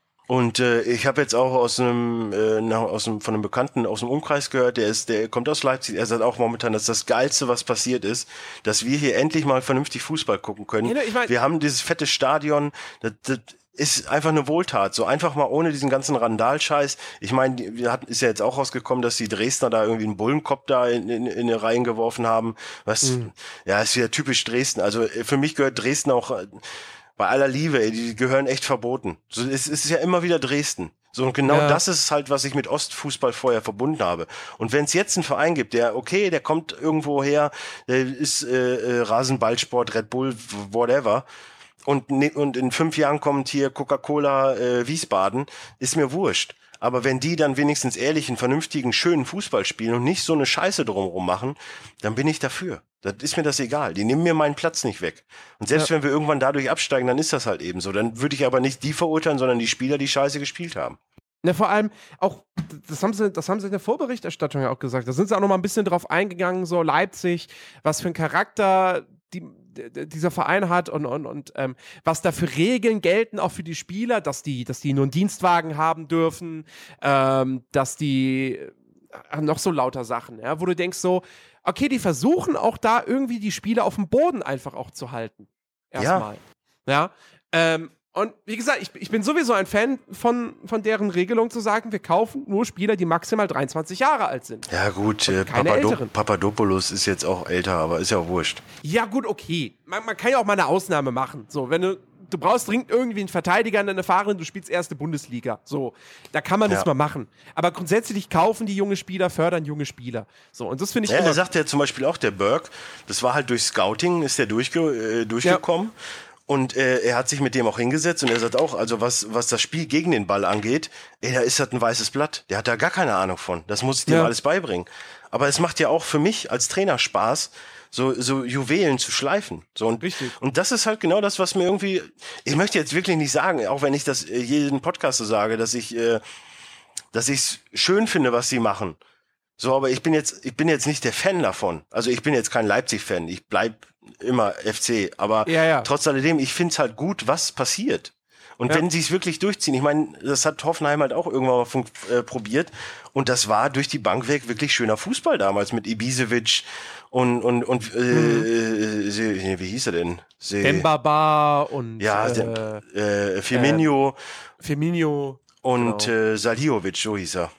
Und äh, ich habe jetzt auch aus einem, äh, nach, aus einem von einem Bekannten aus dem Umkreis gehört, der ist, der kommt aus Leipzig. Er sagt auch momentan, dass das Geilste, was passiert ist, dass wir hier endlich mal vernünftig Fußball gucken können. Ja, ich mein, wir haben dieses fette Stadion. Das, das ist einfach eine Wohltat. So einfach mal ohne diesen ganzen Randalscheiß. Ich meine, wir hatten, ist ja jetzt auch rausgekommen, dass die Dresdner da irgendwie einen Bullenkopf da in, in, in die Reihen geworfen haben. Was, mhm. ja, ist wieder typisch Dresden. Also für mich gehört Dresden auch. Bei aller Liebe, ey, die gehören echt verboten. So, es ist ja immer wieder Dresden. So, und genau ja. das ist halt, was ich mit Ostfußball vorher verbunden habe. Und wenn es jetzt einen Verein gibt, der, okay, der kommt irgendwo her, der ist äh, Rasenballsport, Red Bull, whatever, und, ne, und in fünf Jahren kommt hier Coca-Cola äh, Wiesbaden, ist mir wurscht. Aber wenn die dann wenigstens ehrlichen, vernünftigen, schönen Fußball spielen und nicht so eine Scheiße drumherum machen, dann bin ich dafür. Dann ist mir das egal. Die nehmen mir meinen Platz nicht weg. Und selbst ja. wenn wir irgendwann dadurch absteigen, dann ist das halt eben so. Dann würde ich aber nicht die verurteilen, sondern die Spieler, die Scheiße gespielt haben.
Ja, vor allem auch, das haben sie, das haben sie in der Vorberichterstattung ja auch gesagt. Da sind sie auch noch mal ein bisschen drauf eingegangen, so Leipzig, was für ein Charakter die, dieser Verein hat und, und, und ähm, was da für Regeln gelten, auch für die Spieler, dass die, dass die nur einen Dienstwagen haben dürfen, ähm, dass die äh, noch so lauter Sachen, ja, wo du denkst so, okay, die versuchen auch da irgendwie die Spieler auf dem Boden einfach auch zu halten. Erstmal. Ja. ja ähm, und wie gesagt, ich, ich bin sowieso ein Fan von, von deren Regelung zu sagen, wir kaufen nur Spieler, die maximal dreiundzwanzig Jahre alt sind.
Ja gut, äh, Papado- Papadopoulos ist jetzt auch älter, aber ist ja auch wurscht.
Ja gut, okay. Man, man kann ja auch mal eine Ausnahme machen. So, wenn du, du brauchst dringend irgendwie einen Verteidiger, eine Fahrerin, du spielst erste Bundesliga. So, da kann man das ja. mal machen. Aber grundsätzlich kaufen die junge Spieler, fördern junge Spieler. So, und das finde ich
Ja,
immer
der sagt ja zum Beispiel auch, der Burke, das war halt durch Scouting, ist der durchge- äh, durchgekommen. Ja. Und äh, er hat sich mit dem auch hingesetzt und er sagt auch, also was was das Spiel gegen den Ball angeht, ey, da ist das ein weißes Blatt. Der hat da gar keine Ahnung von. Das muss ich dem ja. alles beibringen. Aber es macht ja auch für mich als Trainer Spaß, so so Juwelen zu schleifen. So und,
Richtig.
und das ist halt genau das, was mir irgendwie, ich möchte jetzt wirklich nicht sagen, auch wenn ich das äh, jeden Podcast so sage, dass ich äh, dass ich es schön finde, was sie machen. So, aber ich bin jetzt ich bin jetzt nicht der Fan davon. Also ich bin jetzt kein Leipzig-Fan. Ich bleib immer F C, aber
ja, ja.
trotz alledem, ich find's halt gut, was passiert. Und ja. wenn sie es wirklich durchziehen, ich meine, das hat Hoffenheim halt auch irgendwann mal fun- äh, probiert und das war durch die Bank weg wirklich schöner Fußball damals mit Ibisevic und und und äh, mhm. äh, Se, wie hieß er denn? Se,
Dembaba und
ja,
äh,
den, äh, Firmino
äh, Firmino
und
genau.
äh, Saliovic, so hieß er.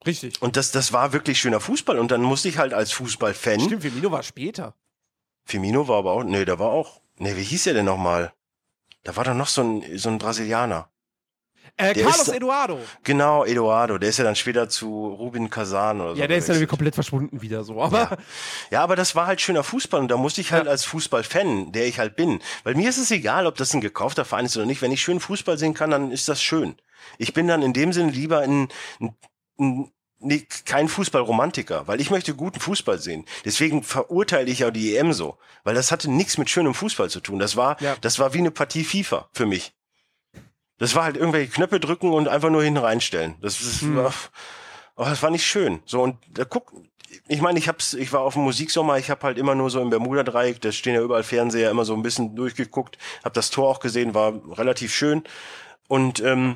Richtig.
Und das, das war wirklich schöner Fußball. Und dann musste ich halt als Fußballfan.
Stimmt, Firmino war später.
Firmino war aber auch, nee, der war auch, nee, wie hieß der denn nochmal? Da war doch noch so ein, so ein Brasilianer.
Äh,
Der
Carlos
ist-
Eduardo.
Genau, Eduardo, der ist ja dann später zu Rubin Kazan oder so.
Ja, der ist ja irgendwie
gewechselt.
komplett verschwunden wieder so. Aber
Ja. Ja, aber das war halt schöner Fußball und da musste ich halt
Ja.
als Fußballfan, der ich halt bin, weil mir ist es egal, ob das ein gekaufter Verein ist oder nicht, wenn ich schön Fußball sehen kann, dann ist das schön. Ich bin dann in dem Sinne lieber ein, ein, ein nee, kein Fußballromantiker, weil ich möchte guten Fußball sehen. Deswegen verurteile ich ja die E M so, weil das hatte nichts mit schönem Fußball zu tun. Das war,
Ja.
das war wie eine Partie FIFA für mich. Das war halt irgendwelche Knöpfe drücken und einfach nur hinten reinstellen. Das, das,
Hm.
war, oh, das war nicht schön. So, und da guck, ich meine, ich hab's, ich war auf dem Musiksommer, ich habe halt immer nur so im Bermuda-Dreieck, da stehen ja überall Fernseher, immer so ein bisschen durchgeguckt, habe das Tor auch gesehen, war relativ schön. Und ähm,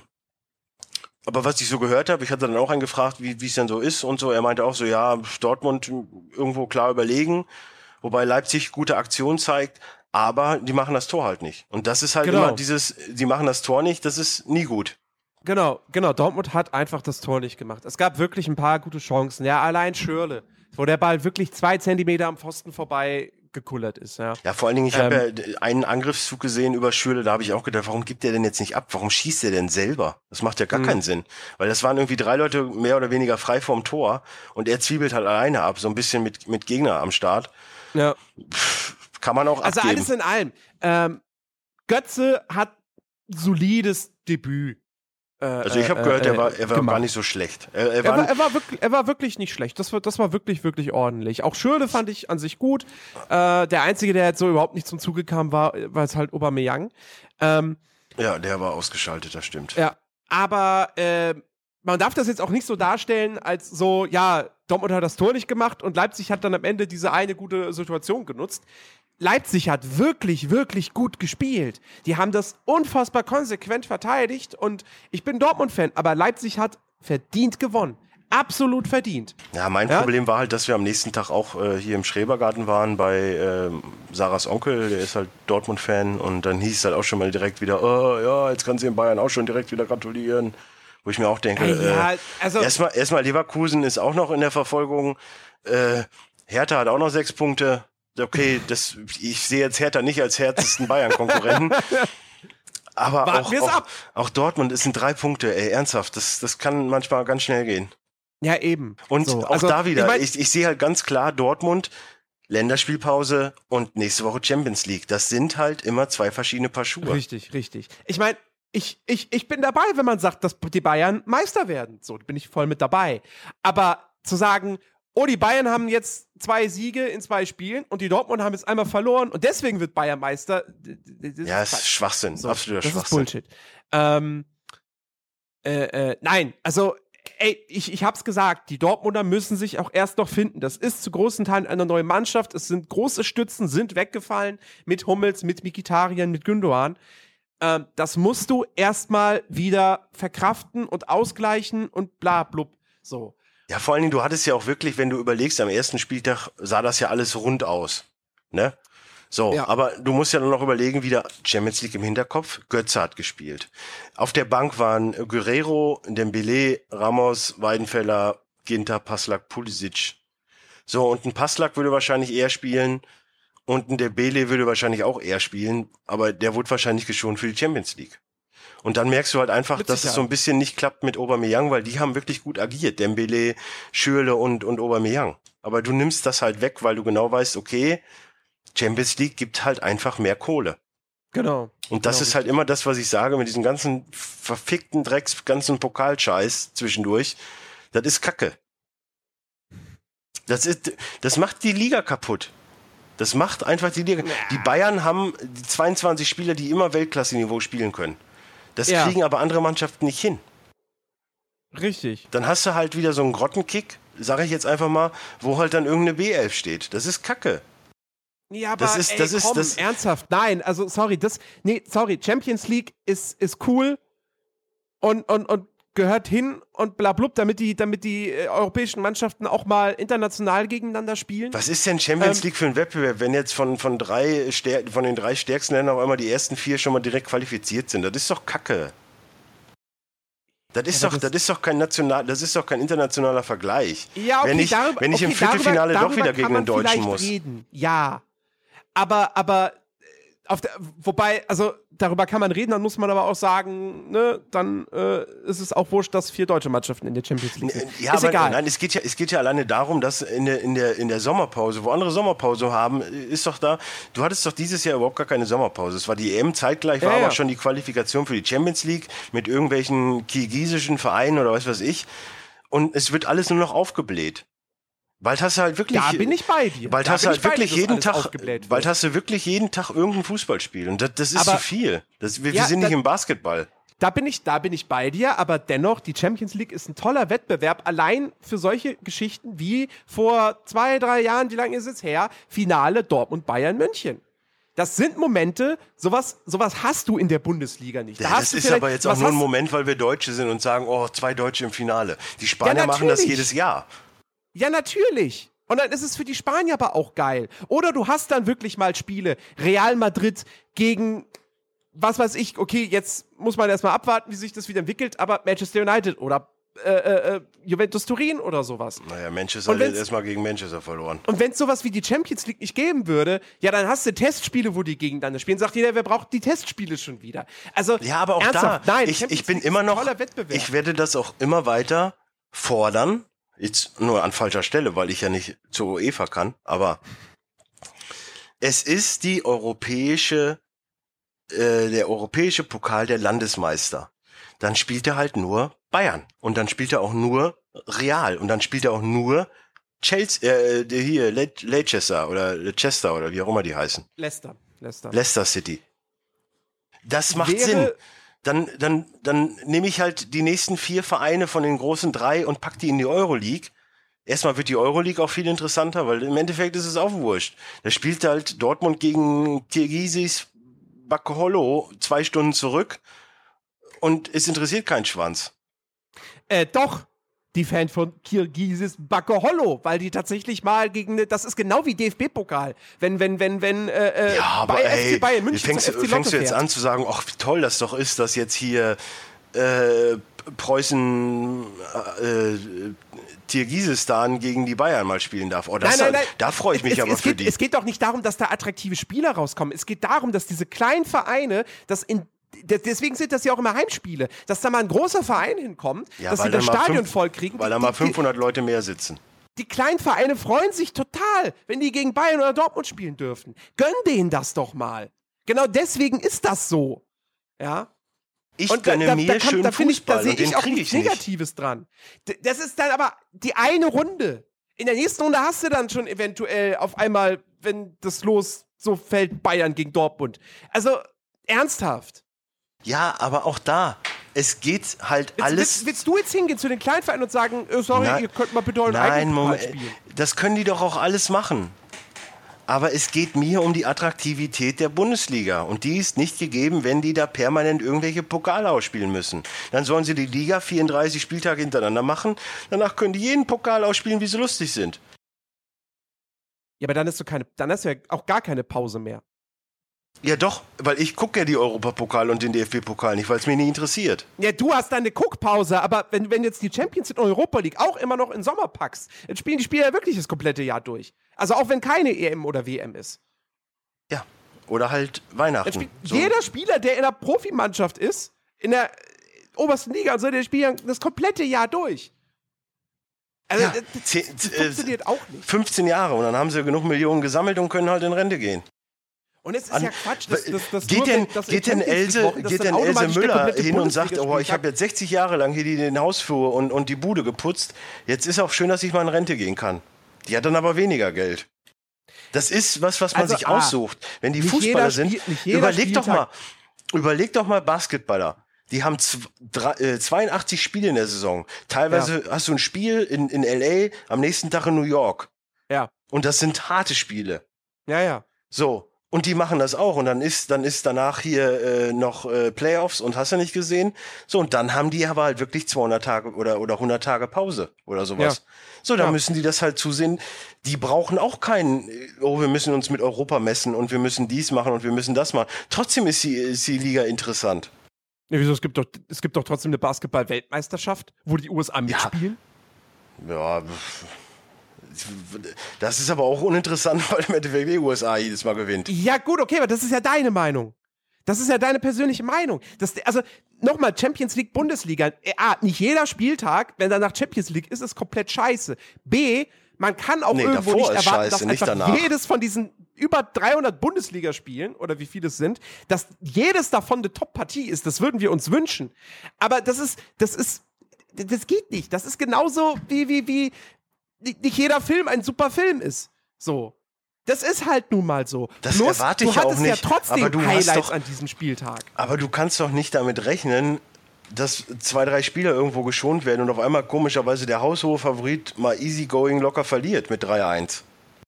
aber was ich so gehört habe, ich hatte dann auch einen gefragt, wie wie es denn so ist und so. Er meinte auch so, ja, Dortmund irgendwo klar überlegen, wobei Leipzig gute Aktion zeigt, aber die machen das Tor halt nicht. Und das ist halt
Genau.
immer dieses, die machen das Tor nicht, das ist nie gut.
genau, genau, Dortmund hat einfach das Tor nicht gemacht. Es gab wirklich ein paar gute Chancen. Ja, allein Schürrle, wo der Ball wirklich zwei Zentimeter am Pfosten vorbei gekullert ist. Ja,
Ja, vor allen Dingen, ich habe ja einen Angriffszug gesehen über Schürrle, da habe ich auch gedacht, warum gibt der denn jetzt nicht ab? Warum schießt der denn selber? Das macht ja gar
Mhm.
keinen Sinn. Weil das waren irgendwie drei Leute mehr oder weniger frei vorm Tor und er zwiebelt halt alleine ab, so ein bisschen mit, mit Gegner am Start.
ja.
Kann man auch
Also
abgeben.
alles in allem. Ähm, Götze hat solides Debüt. Äh,
Also ich habe
äh,
gehört, er
äh,
war, er war
gemacht.
gar nicht so schlecht. Er, er
Er
war,
war, er, war wirklich, er war wirklich nicht schlecht. Das war, das war wirklich, wirklich ordentlich. Auch Schürrle fand ich an sich gut. Äh, der Einzige, der jetzt so überhaupt nicht zum Zuge kam, war, war es halt Aubameyang. Ähm,
ja, der war ausgeschaltet, das stimmt.
ja, aber äh, man darf das jetzt auch nicht so darstellen, als so, ja, Dortmund hat das Tor nicht gemacht und Leipzig hat dann am Ende diese eine gute Situation genutzt. Leipzig hat wirklich, wirklich gut gespielt. Die haben das unfassbar konsequent verteidigt und ich bin Dortmund-Fan, aber Leipzig hat verdient gewonnen. Absolut verdient.
Ja, mein
Ja?
Problem war halt, dass wir am nächsten Tag auch äh, hier im Schrebergarten waren bei äh, Sarahs Onkel, der ist halt Dortmund-Fan und dann hieß es halt auch schon mal direkt wieder, oh ja, jetzt kann sie in Bayern auch schon direkt wieder gratulieren. Wo ich mir auch denke,
Ja,
äh,
also-
erstmal erstmal Leverkusen ist auch noch in der Verfolgung, äh, Hertha hat auch noch sechs Punkte. Okay, das, ich sehe jetzt Hertha nicht als härtesten Bayern-Konkurrenten. Aber
Warten
auch,
wir's
auch,
ab.
auch Dortmund, es sind drei Punkte, ey, ernsthaft. Das, das kann manchmal ganz schnell gehen.
Ja, eben.
Und
So,
auch
also,
da wieder,
Ich mein,
ich, ich sehe halt ganz klar Dortmund, Länderspielpause und nächste Woche Champions League. Das sind halt immer zwei verschiedene Paar Schuhe.
Richtig, richtig. Ich meine, ich, ich, ich bin dabei, wenn man sagt, dass die Bayern Meister werden. So, bin ich voll mit dabei. Aber zu sagen, oh, die Bayern haben jetzt zwei Siege in zwei Spielen und die Dortmund haben jetzt einmal verloren und deswegen wird Bayern Meister. d- d- das
Ja,
ist
es ist
Quatsch.
Schwachsinn,
So,
absoluter
das
Schwachsinn.
ist Bullshit. Ähm, äh, äh, nein, also, ey, ich, ich hab's gesagt, die Dortmunder müssen sich auch erst noch finden. Das ist zu großen Teilen eine neue Mannschaft. Es sind große Stützen, sind weggefallen mit Hummels, mit Mkhitaryan, mit Gündoğan. Ähm, das musst du erstmal wieder verkraften und ausgleichen und bla blub. So.
Ja, vor allen Dingen, du hattest ja auch wirklich, wenn du überlegst, am ersten Spieltag sah das ja alles rund aus. Ne? So,
Ja.
aber du musst ja dann noch überlegen, wieder Champions League im Hinterkopf, Götze hat gespielt. Auf der Bank waren Guerrero, Dembélé, Ramos, Weidenfeller, Ginter, Passlack, Pulisic. So, und ein Passlack würde wahrscheinlich eher spielen und ein Dembélé würde wahrscheinlich auch eher spielen, aber der wurde wahrscheinlich geschont für die Champions League. Und dann merkst du halt einfach,
Mit
dass es
Sicherheit.
so ein bisschen nicht klappt mit Aubameyang, weil die haben wirklich gut agiert. Dembélé, Schürrle und, und Aubameyang. Aber du nimmst das halt weg, weil du genau weißt, okay, Champions League gibt halt einfach mehr Kohle.
Genau.
Und das
Genau.
ist halt immer das, was ich sage, mit diesem ganzen verfickten Drecks, ganzen Pokalscheiß zwischendurch. Das ist Kacke. Das ist, das macht die Liga kaputt. Das macht einfach die Liga. Die Bayern haben die zweiundzwanzig Spieler, die immer Weltklasse-Niveau spielen können. Das
Ja.
kriegen aber andere Mannschaften nicht hin.
Richtig.
Dann hast du halt wieder so einen Grottenkick, sage ich jetzt einfach mal, wo halt dann irgendeine B elf steht. Das ist Kacke.
Ja, aber
Das ist-
ey,
das ist-
komm,
das-
ernsthaft, nein, also sorry, das, nee, sorry, Champions League ist, ist cool und, und, und gehört hin und blablub, damit die, damit die äh, europäischen Mannschaften auch mal international gegeneinander spielen.
Was ist denn Champions
Ähm,
League für ein Wettbewerb, wenn jetzt von, von, drei Stär von den drei stärksten Ländern auf einmal die ersten vier schon mal direkt qualifiziert sind? Das ist doch Kacke. Das ist,
Ja,
doch,
das-
das ist doch kein national, das ist doch kein internationaler Vergleich.
Ja, okay,
wenn ich,
darüber,
wenn ich
okay,
im Viertelfinale
darüber,
doch wieder
darüber
gegen
kann man
den Deutschen
vielleicht
muss.
Reden. Ja, aber, aber auf der, wobei, also darüber kann man reden, dann muss man aber auch sagen, ne, dann äh, ist es auch wurscht, dass vier deutsche Mannschaften in der Champions League sind.
Ja,
ist
aber
egal.
nein, es geht ja, es geht ja alleine darum, dass in der, in der, in der Sommerpause, wo andere Sommerpause haben, ist doch da, du hattest doch dieses Jahr überhaupt gar keine Sommerpause. Es war die E M, zeitgleich war
Ja,
aber
ja.
schon die Qualifikation für die Champions League mit irgendwelchen kirgisischen Vereinen oder was weiß ich. Und es wird alles nur noch aufgebläht. Bald hast du halt wirklich.
Da bin ich bei dir.
Bald
Da
hast du
bin
halt
ich bei dir,
wirklich
dass
jeden
alles
Tag.
aufgebläht wird.
Bald hast du wirklich jeden Tag irgendein Fußballspiel. Und das, das ist
Aber-
zu viel. Das, wir,
Ja,
wir sind
da-
nicht im Basketball.
Da bin ich, da bin ich bei dir, aber dennoch, die Champions League ist ein toller Wettbewerb, allein für solche Geschichten wie vor zwei, drei Jahren, wie lange ist es her, Finale Dortmund-Bayern München. Das sind Momente, sowas, sowas hast du in der Bundesliga nicht. Da
Ja,
hast
das
du
ist
vielleicht-
aber jetzt auch
was
nur ein
hast-
Moment, weil wir Deutsche sind und sagen, oh, zwei Deutsche im Finale. Die Spanier
Ja,
machen das
natürlich.
jedes Jahr.
Ja, natürlich. Und dann ist es für die Spanier aber auch geil. Oder du hast dann wirklich mal Spiele, Real Madrid gegen, was weiß ich, okay, jetzt muss man erstmal abwarten, wie sich das wieder entwickelt, aber Manchester United oder äh, äh, Juventus Turin oder sowas.
Naja, Manchester
Und
hat
wenn's-
erstmal gegen Manchester verloren.
Und wenn es sowas wie die Champions League nicht geben würde, ja, dann hast du Testspiele, wo die gegeneinander spielen. Sagt jeder, wer braucht die Testspiele schon wieder? Also,
Ja, aber auch
ernsthaft,
da,
nein,
ich,
Champions
ich bin
League ist
immer
ein
noch,
toller Wettbewerb.
ich werde das auch immer weiter fordern. Jetzt nur an falscher Stelle, weil ich ja nicht zur UEFA kann, aber es ist die europäische, äh, der europäische Pokal der Landesmeister. Dann spielt er halt nur Bayern und dann spielt er auch nur Real und dann spielt er auch nur Chelsea, äh, der hier, Le Leicester oder Leicester oder wie auch immer die heißen.
Leicester. Leicester.
Leicester City. Das macht
Wäre-
Sinn. Dann, dann, dann nehme ich halt die nächsten vier Vereine von den großen drei und pack die in die Euroleague. Erstmal wird die Euroleague auch viel interessanter, weil im Endeffekt ist es auch wurscht. Da spielt halt Dortmund gegen Kirgisis Bakaholo zwei Stunden zurück und es interessiert keinen Schwanz.
Äh, doch. Die Fans von Kirgisis Bakaholo, weil die tatsächlich mal gegen ne, das ist genau wie D F B-Pokal. Wenn, wenn, wenn, wenn, äh,
Ja, aber
bei
ey,
F C Bayern
wie
München
fängst,
zum F C
fängst du
Lotte
jetzt
fährt.
an zu sagen, ach, wie toll das doch ist, dass jetzt hier äh, Preußen äh, Kirgisistan gegen die Bayern mal spielen darf. Oh, das,
Nein, nein, nein.
Da freue ich mich
es,
aber
es
für
geht,
die.
Es geht doch nicht darum, dass da attraktive Spieler rauskommen. Es geht darum, dass diese kleinen Vereine, das in de- deswegen sind das ja auch immer Heimspiele, dass da mal ein großer Verein hinkommt,
Ja,
dass
weil
sie das
dann mal
Stadion
fünf-
voll kriegen.
Weil
Die-
da mal
die-
fünfhundert Leute mehr sitzen.
Die kleinen Vereine freuen sich total, wenn die gegen Bayern oder Dortmund spielen dürfen. Gönn denen das doch mal. Genau deswegen ist das so. Ja.
Ich
Und da,
gönne
da,
mir
da, kann,
schönen
da, finde ich, da
Fußball
sehe
und den
ich auch
kriege
nichts
ich nicht.
Negatives dran. D- Das ist dann aber die eine Runde. In der nächsten Runde hast du dann schon eventuell auf einmal, wenn das Los so fällt, Bayern gegen Dortmund. Also ernsthaft.
Ja, aber auch da, es geht halt
Willst,
alles.
willst, willst du jetzt hingehen zu den Kleinvereinen und sagen, äh, sorry,
Nein.
ihr könnt mal bitte euren
Nein,
eigenen Pokal
Moment.
spielen?
Das können die doch auch alles machen. Aber es geht mir um die Attraktivität der Bundesliga. Und die ist nicht gegeben, wenn die da permanent irgendwelche Pokale ausspielen müssen. Dann sollen sie die Liga vierunddreißig Spieltage hintereinander machen. Danach können die jeden Pokal ausspielen, wie sie lustig sind.
Ja, aber dann hast du keine, dann hast du ja auch gar keine Pause mehr.
Ja doch, weil ich gucke ja die Europapokal und den D F B-Pokal nicht, weil es mich nicht interessiert.
Ja, du hast deine Guckpause, aber wenn, wenn jetzt die Champions in Europa League auch immer noch in Sommer packst, dann spielen die Spieler ja wirklich das komplette Jahr durch. Also auch wenn keine E M oder W M ist.
Ja, oder halt
Dann
Weihnachten.
spielt
So.
jeder Spieler, der in der Profimannschaft ist, in der äh, obersten Liga, also der spielt ja das komplette Jahr durch. Also
Ja,
das,
zehn-
das
äh,
funktioniert auch nicht.
fünfzehn Jahre und dann haben sie genug Millionen gesammelt und können halt in Rente gehen.
Und es ist
An-
ja Quatsch, dass, dass, dass
geht
nur,
denn,
wenn- dass in
geht denn
Champions
Else,
League-Wochen, dass
geht
dann
denn Else
automatisch der
Müller
komplette
hin und sagt, oh, ich
Bundesligaspieltag-
habe jetzt sechzig Jahre lang hier die, den Hausflur und, und die Bude geputzt. Jetzt ist auch schön, dass ich mal in Rente gehen kann. Die hat dann aber weniger Geld. Das ist was, was man
Also,
sich
ah,
aussucht. Wenn die
nicht
Fußballer
jeder
sind,
Spiel- nicht jeder
überleg doch mal,
Spieltag-
überleg doch mal Basketballer. Die haben zw- drei- äh, zweiundachtzig Spiele in der Saison. Teilweise hast du ein Spiel in, in L A, am nächsten Tag in New York.
Ja,
Und das sind harte Spiele.
ja, ja.
So, und die machen das auch. Und dann ist, dann ist danach hier äh, noch äh, Playoffs und hast du nicht gesehen. So, und dann haben die aber halt wirklich zweihundert Tage oder, oder hundert Tage Pause oder sowas.
Ja.
So, dann
Ja.
müssen die das halt zusehen. Die brauchen auch keinen, äh, oh, wir müssen uns mit Europa messen und wir müssen dies machen und wir müssen das machen. Trotzdem ist die, ist die Liga interessant.
Ja, wieso? Es gibt doch, es gibt doch trotzdem eine Basketball-Weltmeisterschaft, wo die U S A mitspielen.
Ja, das ist aber auch uninteressant, weil im Endeffekt die U S A jedes Mal gewinnt.
Ja, gut, okay, aber das ist ja deine Meinung. Das ist ja deine persönliche Meinung. Das, also, nochmal, Champions League, Bundesliga. Äh, A, nicht jeder Spieltag, wenn danach Champions League ist, ist komplett scheiße. B, man kann auch
Nee,
irgendwo
davor
nicht
ist
erwarten,
scheiße,
dass
nicht
einfach
danach.
jedes von diesen über dreihundert Bundesligaspielen, oder wie viele es sind, dass jedes davon eine Top-Partie ist. Das würden wir uns wünschen. Aber das ist, das ist, das geht nicht. Das ist genauso wie, wie, wie nicht jeder Film ein super Film ist. So. Das ist halt nun mal so.
Das
Plus,
erwarte ich
du
ja auch
hattest ja
nicht,
trotzdem
aber du hast
Highlights
doch-
an diesem Spieltag.
Aber du kannst doch nicht damit rechnen, dass zwei, drei Spieler irgendwo geschont werden und auf einmal komischerweise der haushohe Favorit mal easygoing locker verliert mit drei eins.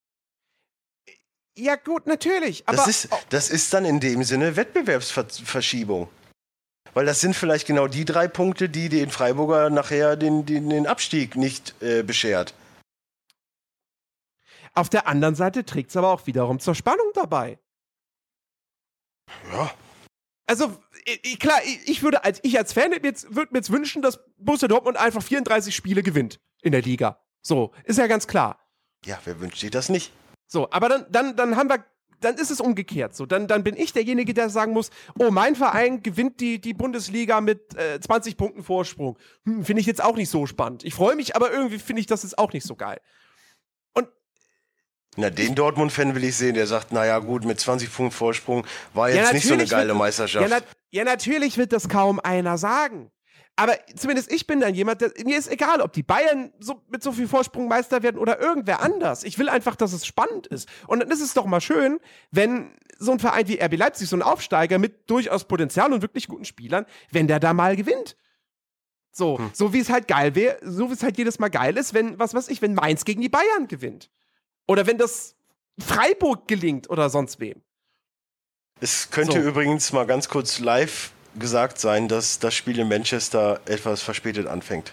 Ja, gut, natürlich. Aber
Das ist, das ist dann in dem Sinne Wettbewerbsverschiebung. Weil das sind vielleicht genau die drei Punkte, die den Freiburger nachher den, den, den Abstieg nicht äh, beschert.
auf der anderen Seite trägt es aber auch wiederum zur Spannung dabei.
Ja.
Also, ich, klar, ich, ich würde als ich als Fan jetzt, würde mir jetzt wünschen, dass Borussia Dortmund einfach vierunddreißig Spiele gewinnt in der Liga. So, ist ja ganz klar.
Ja, wer wünscht sich das nicht?
So, aber dann, dann, dann haben wir, dann ist es umgekehrt. So, dann, dann bin ich derjenige, der sagen muss, oh, mein Verein gewinnt die, die Bundesliga mit äh, zwanzig Punkten Vorsprung. Hm, finde ich jetzt auch nicht so spannend. Ich freue mich, aber irgendwie finde ich das jetzt auch nicht so geil. Und
Na, den Dortmund-Fan will ich sehen, der sagt, naja gut, mit zwanzig Punkten Vorsprung war jetzt
Ja,
nicht so eine
natürlich
geile
wird-
Meisterschaft.
Ja, na, ja, natürlich wird das kaum einer sagen. Aber zumindest ich bin dann jemand, der, mir ist egal, ob die Bayern so, mit so viel Vorsprung Meister werden oder irgendwer anders. Ich will einfach, dass es spannend ist. Und dann ist es doch mal schön, wenn so ein Verein wie R B Leipzig, so ein Aufsteiger mit durchaus Potenzial und wirklich guten Spielern, wenn der da mal gewinnt. So,
Hm.
so wie es halt geil wäre, so wie es halt jedes Mal geil ist, wenn, was weiß ich, wenn Mainz gegen die Bayern gewinnt. Oder wenn das Freiburg gelingt oder sonst wem.
Es könnte
So.
übrigens mal ganz kurz live gesagt sein, dass das Spiel in Manchester etwas verspätet anfängt.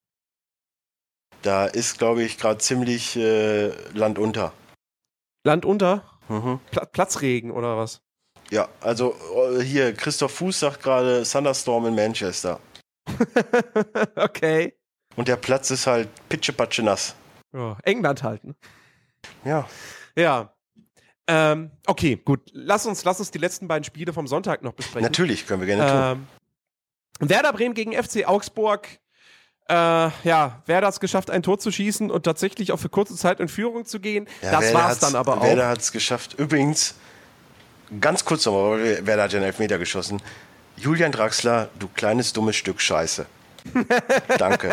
Da ist, glaube ich, gerade ziemlich äh, Land unter.
Land unter?
Mhm.
Pla Platzregen oder was?
Ja, also äh, hier, Christoph Fuß sagt gerade Thunderstorm in Manchester.
Okay.
Und der Platz ist halt pitschepatsche nass.
Ja, England halten.
Ja.
Ja. Ähm, okay, gut. Lass uns, lass uns die letzten beiden Spiele vom Sonntag noch besprechen.
Natürlich, können wir gerne tun.
Ähm, Werder Bremen gegen F C Augsburg. Äh, ja, Werder hat es geschafft, ein Tor zu schießen und tatsächlich auch für kurze Zeit in Führung zu gehen.
Ja,
das
Werder
war's
hat's-
dann aber auch.
Werder hat es geschafft. Übrigens, ganz kurz nochmal, weil Werder hat ja einen Elfmeter geschossen. Julian Draxler, du kleines dummes Stück Scheiße. Danke.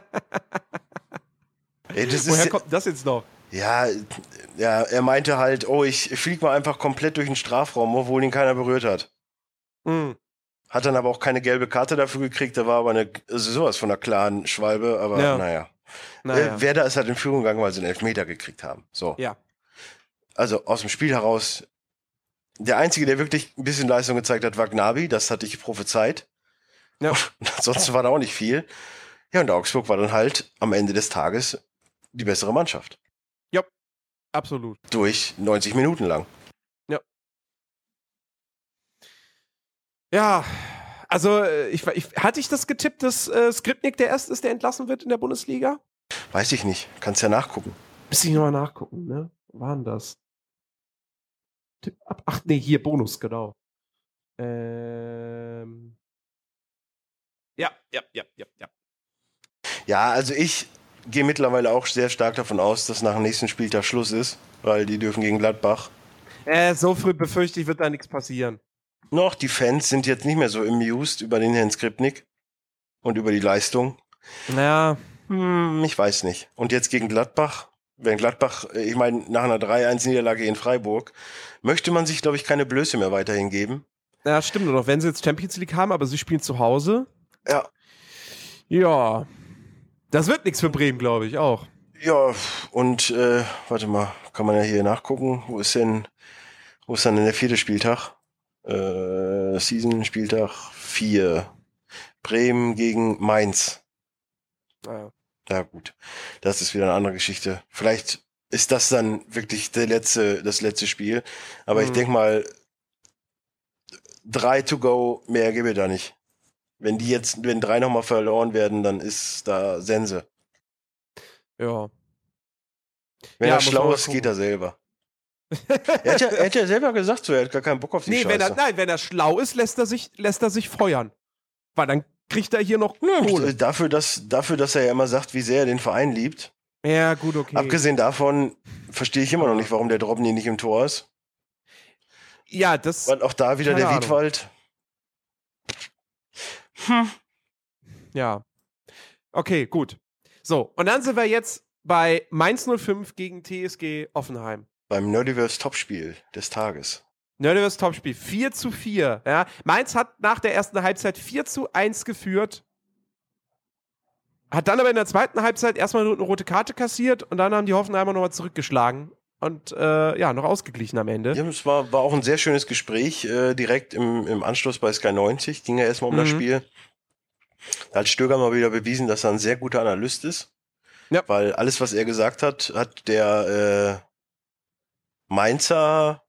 Ey, das
Woher
ist,
kommt das jetzt noch?
ja, ja, er meinte halt, oh, ich flieg mal einfach komplett durch den Strafraum, obwohl ihn keiner berührt hat.
Hm.
Hat dann aber auch keine gelbe Karte dafür gekriegt, da war aber eine, also sowas von einer klaren Schwalbe, aber
Ja.
naja.
Naja.
Äh, Werder ist halt in Führung gegangen, weil sie einen Elfmeter gekriegt haben. So.
Ja.
Also aus dem Spiel heraus, der Einzige, der wirklich ein bisschen Leistung gezeigt hat, war Gnabi, das hatte ich prophezeit.
Ja.
Ansonsten war da auch nicht viel. Ja, und Augsburg war dann halt am Ende des Tages die bessere Mannschaft.
Absolut.
Durch neunzig Minuten lang.
Ja, also äh, ich, ich, hatte ich das getippt, dass äh, Skripnik der Erste ist, der entlassen wird in der Bundesliga?
Weiß ich nicht. Kannst ja nachgucken.
Müsste ich nochmal nachgucken, ne? Wo war denn das? Tipp ab. Ach nee, hier Bonus, genau. Ähm. Ja, ja, ja, ja, ja.
Ja, also ich gehe mittlerweile auch sehr stark davon aus, dass nach dem nächsten Spieltag Schluss ist, weil die dürfen gegen Gladbach.
Äh, so früh befürchte ich, wird da nichts passieren.
Noch, die Fans sind jetzt nicht mehr so amused über den Herrn Skripnik und über die Leistung.
Naja,
Hm, ich weiß nicht. Und jetzt gegen Gladbach, wenn Gladbach, äh, ich meine, nach einer drei eins Niederlage in Freiburg, möchte man sich, glaube ich, keine Blöße mehr weiterhin geben.
ja, stimmt nur noch. Wenn sie jetzt Champions League haben, aber sie spielen zu Hause.
Ja,
Ja. Das wird nichts für Bremen, glaube ich, auch.
ja, und äh, warte mal, kann man ja hier nachgucken. Wo ist denn, wo ist dann denn der vierte Spieltag? Äh, Season Spieltag vier. Bremen gegen Mainz.
Naja.
Ja, gut. Das ist wieder eine andere Geschichte. Vielleicht ist das dann wirklich der letzte, das letzte Spiel. Aber ich
Mhm.
denke mal, drei to go, mehr gebe ich da nicht. Wenn die jetzt, wenn drei nochmal verloren werden, dann ist da Sense.
Ja.
Wenn
Ja,
er
muss man
schlau
mal
ist,
gucken.
geht er selber. er, hat ja, er hat ja selber gesagt, so, er hat gar keinen Bock auf die
Nee,
Scheiße.
wenn er, nein, wenn er schlau ist, lässt er sich, lässt er sich feuern. Weil dann kriegt er hier noch Kohle.
Dafür dass, dafür, dass er ja immer sagt, wie sehr er den Verein liebt.
Ja, gut, okay.
Abgesehen davon verstehe ich immer noch nicht, warum der Drobny nicht im Tor ist.
Ja, das.
Weil auch da wieder
keine
der
Ahnung.
Wiedwald. Hm.
Ja. Okay, gut. So, und dann sind wir jetzt bei Mainz null fünf gegen T S G Offenheim.
Beim Nerdiverse Topspiel des Tages.
Nerdiverse Topspiel. vier zu vier. Ja. Mainz hat nach der ersten Halbzeit vier zu eins geführt. Hat dann aber in der zweiten Halbzeit erstmal nur eine rote Karte kassiert und dann haben die Hoffenheimer nochmal zurückgeschlagen und äh, ja, noch ausgeglichen am Ende.
Ja, es war, war auch ein sehr schönes Gespräch, äh, direkt im, im Anschluss bei Sky neunzig. Ging ja erstmal um
Mhm.
das Spiel. Da hat Stöger mal wieder bewiesen, dass er ein sehr guter Analyst ist.
Ja.
Weil alles, was er gesagt hat, hat der äh, Mainzer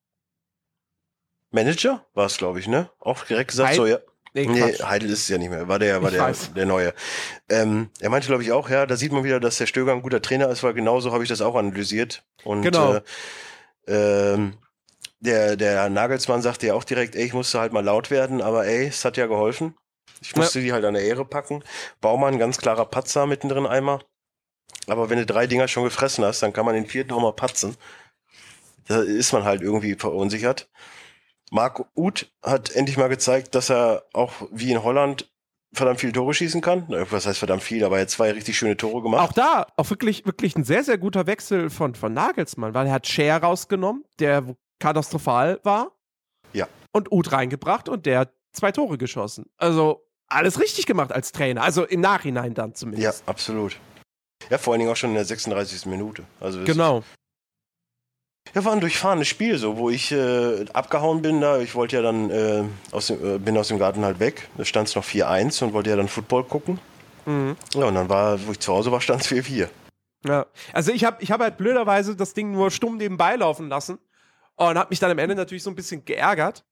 Manager, war es, glaube ich, ne? Auch direkt gesagt,
Heid-
so, ja.
Nee,
Nee,
Quatsch.
Heidel ist es ja nicht mehr. War der, war
Ich
der,
weiß.
der Neue. Ähm, er meinte, glaube ich, auch, ja, da sieht man wieder, dass der Stöger ein guter Trainer ist, weil genauso habe ich das auch analysiert. Und
Genau.
äh, ähm, der, der Nagelsmann sagte ja auch direkt, ey, ich musste halt mal laut werden, aber ey, es hat ja geholfen. Ich musste die halt an der Ehre packen. Baumann, ganz klarer Patzer mittendrin einmal. Aber wenn du drei Dinger schon gefressen hast, dann kann man den vierten auch mal patzen. Da ist man halt irgendwie verunsichert. Marc Uth hat endlich mal gezeigt, dass er auch wie in Holland verdammt viele Tore schießen kann. Na, was heißt verdammt viel, aber er hat zwei richtig schöne Tore gemacht.
Auch da, auch wirklich, wirklich ein sehr, sehr guter Wechsel von, von Nagelsmann, weil er hat Scher rausgenommen, der katastrophal war.
Ja.
Und Uth reingebracht und der hat zwei Tore geschossen. Also alles richtig gemacht als Trainer. Also im Nachhinein dann
Ja,
zumindest.
absolut. Ja, vor allen Dingen auch schon in der sechsunddreißigsten Minute. Also es
Genau.
Ja, war ein durchfahrenes Spiel, so, wo ich äh, abgehauen bin. Da. Ich wollte ja dann, äh, aus dem, äh, bin aus dem Garten halt weg. Da stand es noch vier eins und wollte ja dann Football gucken.
Mhm.
Ja, und dann war, wo ich zu Hause war, stand es vier vier.
Ja. Also ich habe ich hab halt blöderweise das Ding nur stumm nebenbei laufen lassen und habe mich dann am Ende natürlich so ein bisschen geärgert.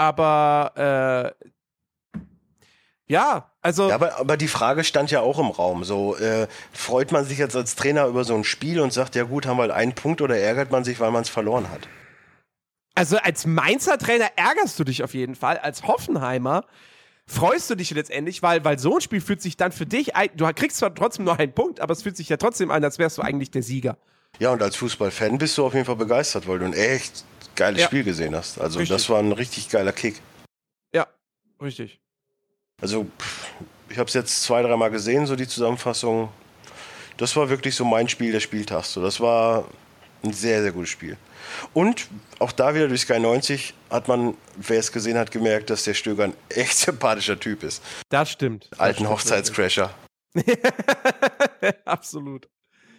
Aber äh, ja, also
Ja, aber, aber die Frage stand ja auch im Raum. So, äh, freut man sich jetzt als Trainer über so ein Spiel und sagt, ja gut, haben wir halt einen Punkt, oder ärgert man sich, weil man es verloren hat?
Also als Mainzer Trainer ärgerst du dich auf jeden Fall. Als Hoffenheimer freust du dich letztendlich, weil, weil so ein Spiel fühlt sich dann für dich, ein- du kriegst zwar trotzdem nur einen Punkt, aber es fühlt sich ja trotzdem an, als wärst du eigentlich der Sieger.
Ja, und als Fußballfan bist du auf jeden Fall begeistert, weil du ein echt geiles
Ja.
Spiel gesehen hast. Also
Richtig.
das war ein richtig geiler Kick.
Ja, richtig.
Also pff, ich habe es jetzt zwei, dreimal gesehen, so die Zusammenfassung. Das war wirklich so mein Spiel des Spieltags. So, das war ein sehr, sehr gutes Spiel. Und auch da wieder durch Sky neunzig hat man, wer es gesehen hat, gemerkt, dass der Stöger ein echt sympathischer Typ ist.
Das stimmt. Das
Alten
stimmt
Hochzeitscrasher.
wirklich. Absolut.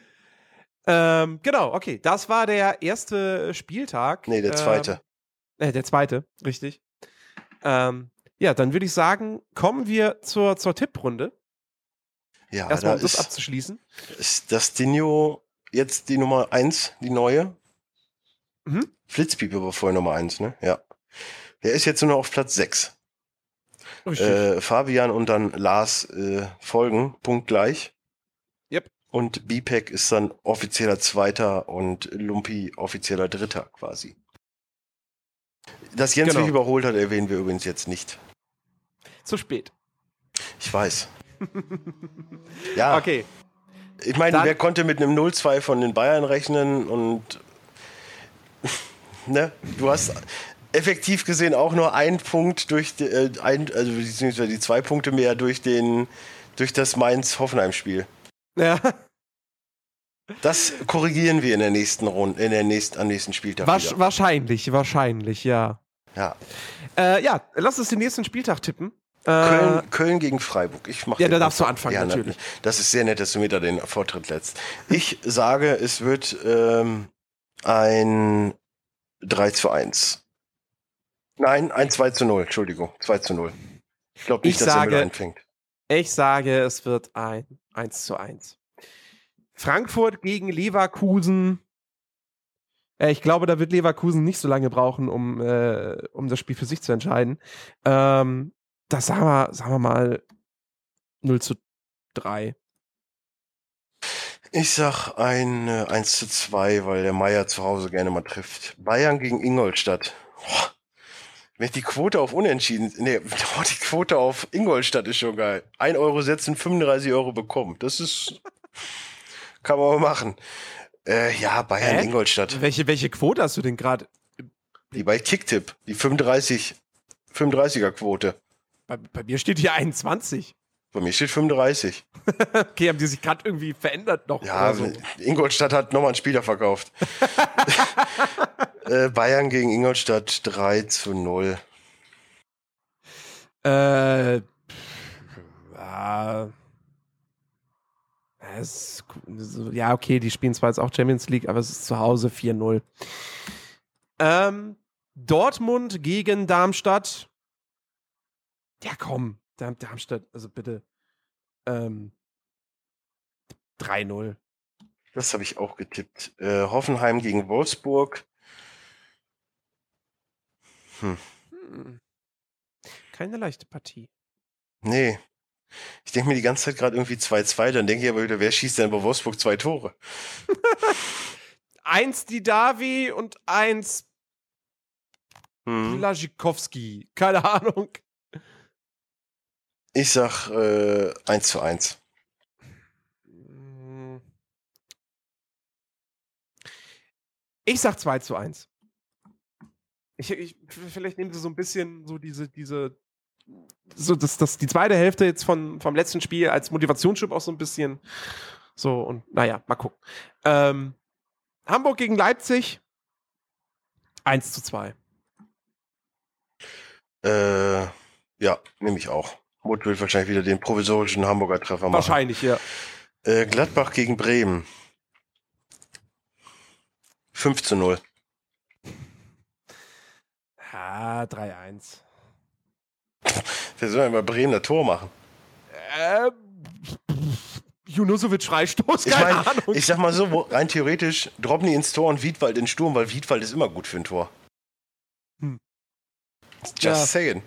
Ähm, genau, okay. Das war der erste Spieltag.
Nee, der zweite.
Ähm, äh, der zweite, richtig. Ähm, ja, dann würde ich sagen, kommen wir zur, zur Tipprunde.
Ja,
Erstmal,
da
um das
ist,
abzuschließen.
ist das Dinho jetzt die Nummer eins, die neue.
Mhm.
Flitzpiepe war vorher Nummer eins, ne? Ja. Der ist jetzt nur noch auf Platz sechs.
Richtig.
Äh, Fabian und dann Lars äh, folgen, punktgleich.
Yep.
Und B P E C ist dann offizieller Zweiter und Lumpi offizieller Dritter quasi. Dass Jens
Genau.
mich überholt hat, erwähnen wir übrigens jetzt nicht.
Zu spät.
Ich weiß. Ja,
Okay.
ich meine,
Dann-
wer konnte mit einem null zwei von den Bayern rechnen und ne, du hast effektiv gesehen auch nur einen Punkt durch die, äh, ein, also beziehungsweise die zwei Punkte mehr durch den durch das Mainz-Hoffenheim-Spiel.
Ja.
Das korrigieren wir in der nächsten Runde, in der nächsten, am nächsten Spieltag
Wasch,
wieder.
wahrscheinlich, wahrscheinlich, ja.
Ja.
Äh, ja, lass uns den nächsten Spieltag tippen. Äh,
Köln, Köln gegen Freiburg. Ich mach
Ja,
den
da darfst du
Anfang.
anfangen,
na-
natürlich.
Das ist sehr nett, dass du mir da den Vortritt lässt. Ich sage, es wird ähm, ein drei zu eins. Nein, ein zwei zu null, Entschuldigung, zwei zu null. Ich glaube nicht,
Ich
dass er
sage-
mit einfängt.
Ich sage, es wird ein eins zu eins. Frankfurt gegen Leverkusen. Äh, ich glaube, da wird Leverkusen nicht so lange brauchen, um, äh, um das Spiel für sich zu entscheiden. Ähm, das sagen wir, sagen wir mal null zu drei.
Ich sag ein äh, eins zu zwei, weil der Meier zu Hause gerne mal trifft. Bayern gegen Ingolstadt. Boah. Wenn ich die Quote auf Unentschieden, nee, oh, die Quote auf Ingolstadt ist schon geil. ein Euro setzen, fünfunddreißig Euro bekommen. Das ist, kann man mal machen. Äh, ja, Bayern,
Hä?
Ingolstadt.
Welche, welche Quote hast du denn gerade?
Die bei Kicktipp, die fünfunddreißig, fünfunddreißiger Quote.
Bei, bei mir steht hier einundzwanzig.
Bei mir steht fünfunddreißig.
Okay, haben die sich gerade irgendwie verändert noch?
Ja,
oder so?
Ingolstadt hat nochmal einen Spieler verkauft. äh, Bayern gegen Ingolstadt drei zu null.
Äh, ja, es ist, ja, okay, die spielen zwar jetzt auch Champions League, aber es ist zu Hause vier null. Ähm, Dortmund gegen Darmstadt. Ja, komm, Darm- Darmstadt, also bitte. Ähm, drei null.
Das habe ich auch getippt. Äh, Hoffenheim gegen Wolfsburg. Hm.
Hm. Keine leichte Partie.
Nee. Ich denke mir die ganze Zeit gerade irgendwie zwei zwei, dann denke ich aber wieder, wer schießt denn bei Wolfsburg zwei Tore?
Eins Didavi und eins
Hm.
Blaschikowski. Keine Ahnung.
Ich sag äh, eins zu eins.
Ich sag zwei zu eins. Ich, ich, vielleicht nehmen sie so ein bisschen so diese, diese, so das, das, die zweite Hälfte jetzt von, vom letzten Spiel als Motivationsschub auch so ein bisschen. So, und naja, mal gucken. Ähm, Hamburg gegen Leipzig. eins zu zwei.
Äh, ja, nehme ich auch. Mutt will wahrscheinlich wieder den provisorischen Hamburger Treffer machen.
Wahrscheinlich, ja.
Äh, Gladbach gegen Bremen. fünf zu null.
Ah, drei eins.
Wer soll denn bei Bremen ein Tor machen?
Ähm, Junusovic Freistoß,
Ich
keine
meine,
Ahnung.
ich sag mal so, wo- rein theoretisch Drobny ins Tor und Wiedwald in Sturm, weil Wiedwald ist immer gut für ein Tor.
Hm.
Just
Ja.
saying.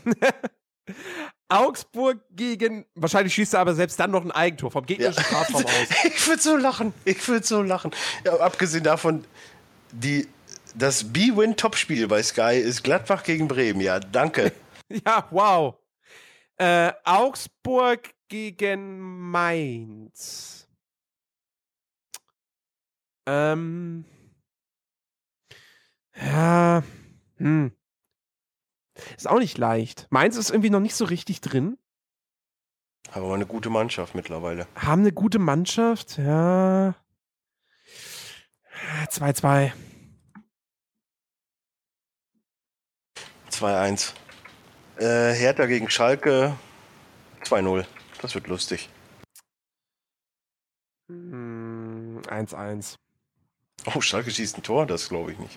Augsburg gegen, wahrscheinlich schießt er aber selbst dann noch ein Eigentor vom gegnerischen Strafraum aus.
Ich würde so lachen. Ich würde so lachen. Ja, abgesehen davon, die, das B-Win-Topspiel bei Sky ist Gladbach gegen Bremen. Ja, danke.
Ja, wow. Äh, Augsburg gegen Mainz. Ähm. Ja. Hm. Ist auch nicht leicht. Mainz ist irgendwie noch nicht so richtig drin.
Aber mal eine gute Mannschaft mittlerweile.
Haben eine gute Mannschaft. Ja. zwei zwei.
zwei eins. Äh, Hertha gegen Schalke zwei null. Das wird lustig.
Hm, eins eins.
Oh, Schalke schießt ein Tor? Das glaube ich nicht.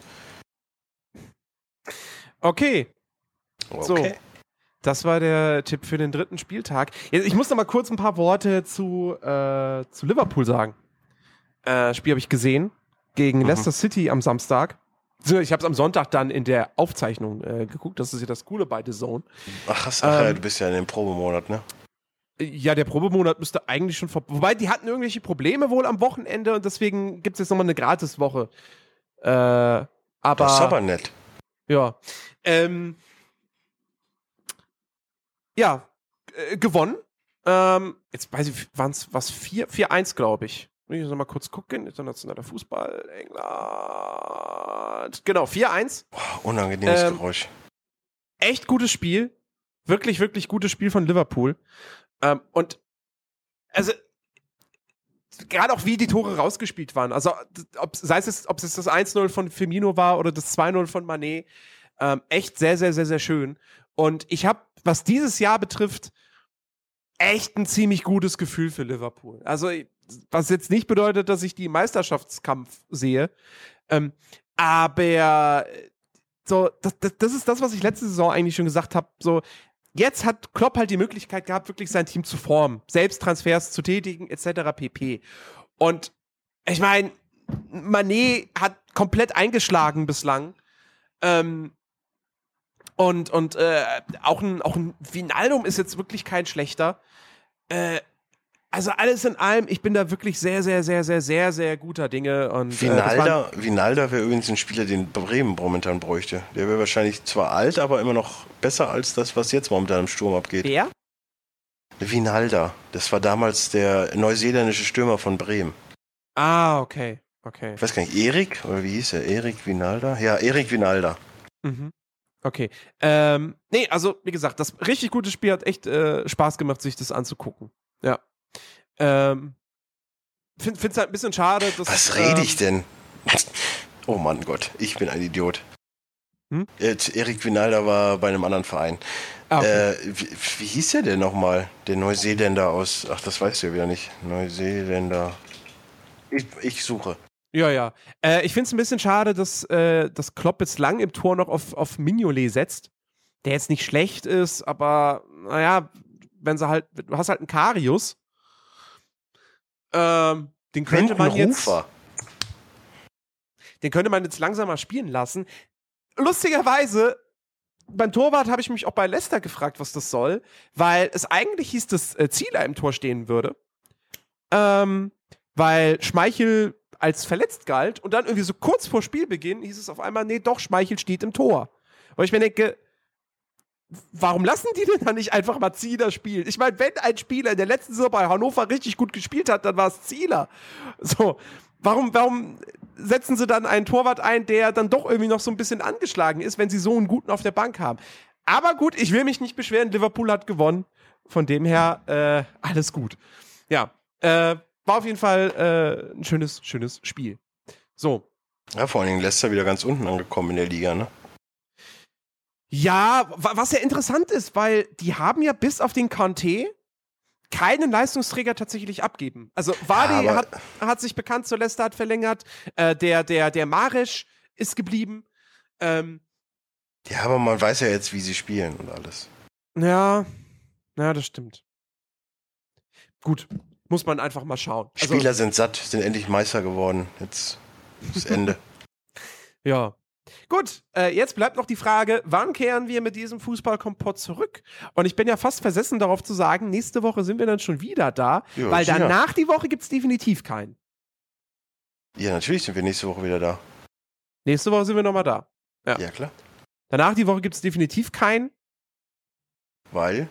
Okay.
Okay.
So. Das war der Tipp für den dritten Spieltag. Jetzt, ich muss noch mal kurz ein paar Worte zu, äh, zu Liverpool sagen. Äh, Spiel habe ich gesehen gegen
Mhm.
Leicester City am Samstag. So, ich habe es am Sonntag dann in der Aufzeichnung äh, geguckt. Das ist ja das Coole bei The Zone.
Ach, hast, ach ja,
Ähm,
du bist ja in dem Probemonat, ne?
Ja, der Probemonat müsste eigentlich schon vorbei. Wobei, die hatten irgendwelche Probleme wohl am Wochenende und deswegen gibt es jetzt nochmal eine Gratiswoche. Äh, aber,
Das ist aber nett.
ja. Ähm, ja, äh, gewonnen. Ähm, jetzt weiß ich, waren es was vier eins, glaube ich. Muss ich noch mal kurz gucken. Internationaler Fußball, England. Genau, vier eins.
Boah, unangenehmes
Ähm,
Geräusch.
Echt gutes Spiel. Wirklich, wirklich gutes Spiel von Liverpool. Ähm, und also gerade auch wie die Tore rausgespielt waren. Also ob, sei es jetzt, ob es das eins null von Firmino war oder das zwei null von Mané. Ähm, echt sehr, sehr, sehr, sehr schön. Und ich habe, was dieses Jahr betrifft, echt ein ziemlich gutes Gefühl für Liverpool. Also was jetzt nicht bedeutet, dass ich die Meisterschaftskampf sehe. Ähm, aber so, das, das, das ist das, was ich letzte Saison eigentlich schon gesagt habe. So, jetzt hat Klopp halt die Möglichkeit gehabt, wirklich sein Team zu formen, selbst Transfers zu tätigen, et cetera pp. Und ich meine, Mané hat komplett eingeschlagen bislang. Ähm, und und äh, auch ein, auch ein Wijnaldum ist jetzt wirklich kein schlechter. Äh, also alles in allem, ich bin da wirklich sehr, sehr, sehr, sehr, sehr, sehr guter Dinge. Und,
Vinalda,
äh,
Vinalda wäre übrigens ein Spieler, den Bremen momentan bräuchte. Der wäre wahrscheinlich zwar alt, aber immer noch besser als das, was jetzt momentan im Sturm abgeht.
Wer?
Vinalda, das war damals der neuseeländische Stürmer von Bremen.
Ah, okay, okay.
Ich weiß gar nicht, Erik, oder wie hieß er? Erik Vinalda? Ja, Erik Vinalda.
Mhm. Okay. Ähm, nee, also, wie gesagt, das richtig gute Spiel hat echt äh, Spaß gemacht, sich das anzugucken. Ja. Ähm, find, find's halt ein bisschen schade, dass.
Was rede
ähm,
ich denn? Oh Mann Gott, ich bin ein Idiot.
Hm?
Jetzt, Erik Vinalda war bei einem anderen Verein.
Ah, okay.
äh, wie, wie hieß der denn nochmal? Der Neuseeländer aus. Ach, das weißt du ja wieder nicht. Neuseeländer. Ich, ich suche.
Ja, ja. Äh, ich finde es ein bisschen schade, dass, äh, dass Klopp jetzt lang im Tor noch auf, auf Mignolet setzt, der jetzt nicht schlecht ist, aber naja, wenn sie halt, du hast halt einen Karius, ähm, den könnte man jetzt,
Rufer.
den könnte man jetzt langsam mal spielen lassen. Lustigerweise, beim Torwart habe ich mich auch bei Leicester gefragt, was das soll, weil es eigentlich hieß, dass äh, Zieler im Tor stehen würde, ähm, weil Schmeichel als verletzt galt und dann irgendwie so kurz vor Spielbeginn hieß es auf einmal, nee, doch, Schmeichel steht im Tor. Weil ich mir denke, warum lassen die denn dann nicht einfach mal Zieler spielen? Ich meine, wenn ein Spieler in der letzten Saison bei Hannover richtig gut gespielt hat, dann war es Zieler. So, warum, warum setzen sie dann einen Torwart ein, der dann doch irgendwie noch so ein bisschen angeschlagen ist, wenn sie so einen guten auf der Bank haben? Aber gut, ich will mich nicht beschweren, Liverpool hat gewonnen. Von dem her, äh, alles gut. Ja, äh, war auf jeden Fall äh, ein schönes, schönes Spiel. So.
Ja, vor allen Dingen Leicester wieder ganz unten angekommen in der Liga, ne?
Ja, wa- was ja interessant ist, weil die haben ja bis auf den Kanté keinen Leistungsträger tatsächlich abgeben. Also Vardy
Ja, aber-
hat, hat sich bekannt, zur Leicester hat verlängert, äh, der, der, der Mahrez ist geblieben. Ähm,
Ja, aber man weiß ja jetzt, wie sie spielen und alles.
ja, ja, das stimmt. Gut, muss man einfach mal schauen. Also,
Spieler sind satt, sind endlich Meister geworden. Jetzt ist Ende.
ja. Gut, äh, jetzt bleibt noch die Frage, wann kehren wir mit diesem Fußballkompott zurück? Und ich bin ja fast versessen darauf zu sagen, nächste Woche sind wir dann schon wieder da,
Ja,
weil
sicher.
danach die Woche gibt es definitiv keinen.
Ja, natürlich sind wir nächste Woche wieder da.
Nächste Woche sind wir nochmal da. Ja.
Ja, klar.
Danach die Woche gibt es definitiv keinen,
Weil?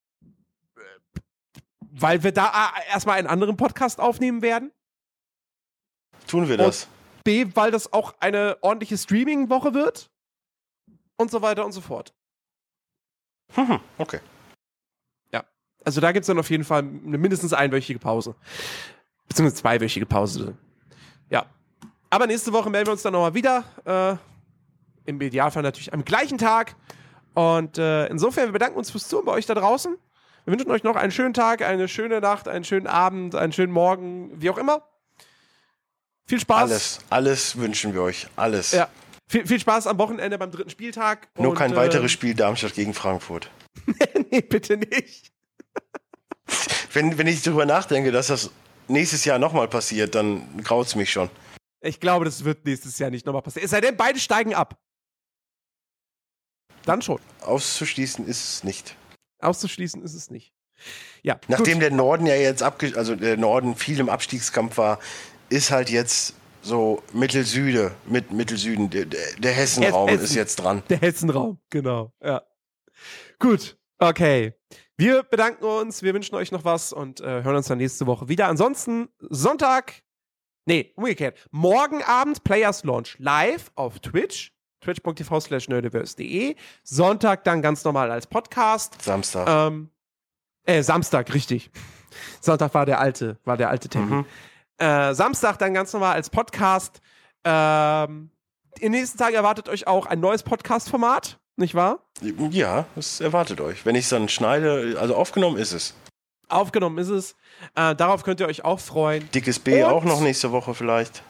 weil wir da A, erstmal einen anderen Podcast aufnehmen werden.
Tun wir das.
B, weil das auch eine ordentliche Streaming-Woche wird. Und so weiter und so fort.
Hm, okay.
Also da gibt es dann auf jeden Fall eine mindestens einwöchige Pause. Beziehungsweise zweiwöchige Pause. Ja. Aber nächste Woche melden wir uns dann nochmal wieder. Äh, Im Idealfall natürlich am gleichen Tag. Und äh, insofern, wir bedanken uns fürs Zuhören bei euch da draußen. Wir wünschen euch noch einen schönen Tag, eine schöne Nacht, einen schönen Abend, einen schönen Morgen, wie auch immer. Viel Spaß.
Alles, alles wünschen wir euch. Alles.
Ja. Viel, viel Spaß am Wochenende beim dritten Spieltag.
Nur
Und,
kein
äh,
weiteres Spiel Darmstadt gegen Frankfurt.
Nee, bitte nicht.
Wenn, wenn ich darüber nachdenke, dass das nächstes Jahr nochmal passiert, dann graut's mich schon.
Ich glaube, das wird nächstes Jahr nicht nochmal passieren. Es sei denn, beide steigen ab. Dann schon.
Auszuschließen ist es nicht.
Auszuschließen ist es nicht. Ja,
Nachdem
gut.
der Norden ja jetzt abge also der Norden viel im Abstiegskampf war, ist halt jetzt so Mittelsüde, mit Mittelsüden, der, der Hessenraum
Hessen.
ist jetzt dran.
Der Hessenraum, genau. Ja. Gut, okay. Wir bedanken uns, wir wünschen euch noch was und äh, hören uns dann nächste Woche wieder. Ansonsten Sonntag, nee, umgekehrt, morgen Abend Players Launch live auf Twitch, twitch.tv slash nerdiverse.de. Sonntag dann ganz normal als Podcast.
Samstag.
Ähm, äh, Samstag, richtig. Sonntag war der alte, war der alte Termin.
Mhm.
Äh, Samstag dann ganz normal als Podcast. Ähm, in den nächsten Tagen erwartet euch auch ein neues Podcast-Format, nicht wahr?
Ja, das erwartet euch. Wenn ich es dann schneide, also aufgenommen ist es.
Aufgenommen ist es. Äh, darauf könnt ihr euch auch freuen.
Dickes B
Und-
auch noch nächste Woche vielleicht.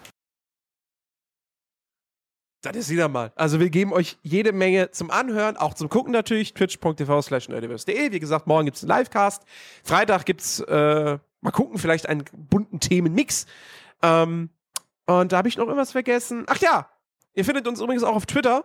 Das ist wieder mal. Also wir geben euch jede Menge zum Anhören, auch zum Gucken natürlich. twitch.tv slash nerdiverse.de. Wie gesagt, morgen gibt es einen Livecast. Freitag gibt es, äh, mal gucken, vielleicht einen bunten Themenmix. Ähm, und da habe ich noch irgendwas vergessen. Ach ja, ihr findet uns übrigens auch auf Twitter.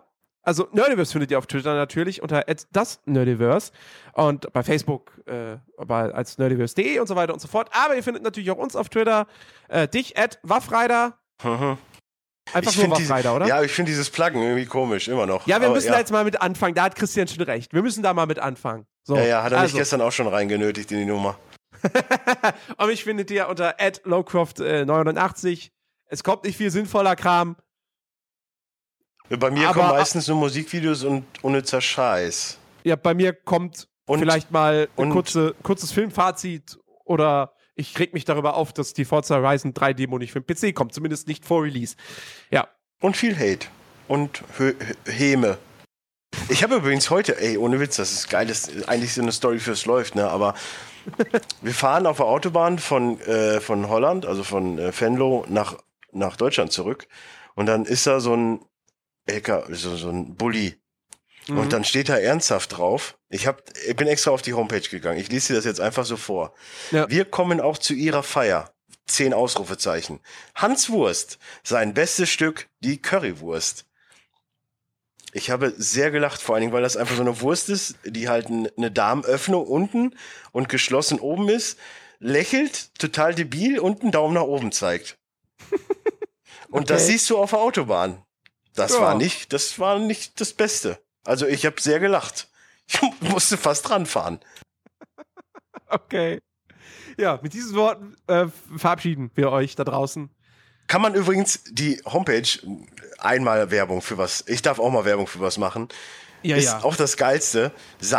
Also Nerdiverse findet ihr auf Twitter natürlich unter das Nerdiverse und bei Facebook äh, aber als nerdiverse punkt de und so weiter und so fort. Aber ihr findet natürlich auch uns auf Twitter, äh, dich at Waffreiter.
Mhm.
Einfach
Ich
nur
find diese-
Waffreiter, oder?
Ja, ich finde dieses Plugin irgendwie komisch, immer noch.
Ja, wir
Aber
müssen
ja.
da jetzt mal mit anfangen. Da hat Christian schon recht. Wir müssen da mal mit anfangen. So,
Ja, ja, hat er
also.
mich gestern auch schon reingenötigt in die Nummer.
Und mich findet ihr unter at lowcroft neunundachtzig. Es kommt nicht viel sinnvoller Kram.
Bei mir
Aber-
kommen meistens nur Musikvideos und unnützer Scheiß.
Ja, bei mir kommt
Und-
vielleicht mal ein
und-
kurze, kurzes Filmfazit oder ich reg mich darüber auf, dass die Forza Horizon drei Demo nicht für den P C kommt. Zumindest nicht vor Release. Ja.
Und viel Hate. Und Hö Hö- Häme. Ich habe übrigens heute, ey, ohne Witz, das ist geil, das ist eigentlich so eine Story fürs Läuft, ne, aber wir fahren auf der Autobahn von, äh, von Holland, also von äh, Venlo nach, nach Deutschland zurück und dann ist da so ein L K, so, so ein Bulli.
Mhm.
Und dann steht da ernsthaft drauf, ich, hab, ich bin extra auf die Homepage gegangen, ich lese dir das jetzt einfach so vor.
Ja.
Wir kommen auch zu ihrer Feier. Zehn Ausrufezeichen. Hans Wurst, sein bestes Stück, die Currywurst. Ich habe sehr gelacht, vor allen Dingen, weil das einfach so eine Wurst ist, die halt n- eine Darmöffnung unten und geschlossen oben ist, lächelt, total debil und einen Daumen nach oben zeigt. Und
Okay.
das siehst du auf der Autobahn. Das
Ja.
war nicht, das war nicht das Beste. Also ich habe sehr gelacht. Ich musste fast ranfahren.
Okay. Ja, mit diesen Worten äh, verabschieden wir euch da draußen.
Kann man übrigens die Homepage einmal Werbung für was, ich darf auch mal Werbung für was machen,
Ja,
ist
ja.
auch das Geilste,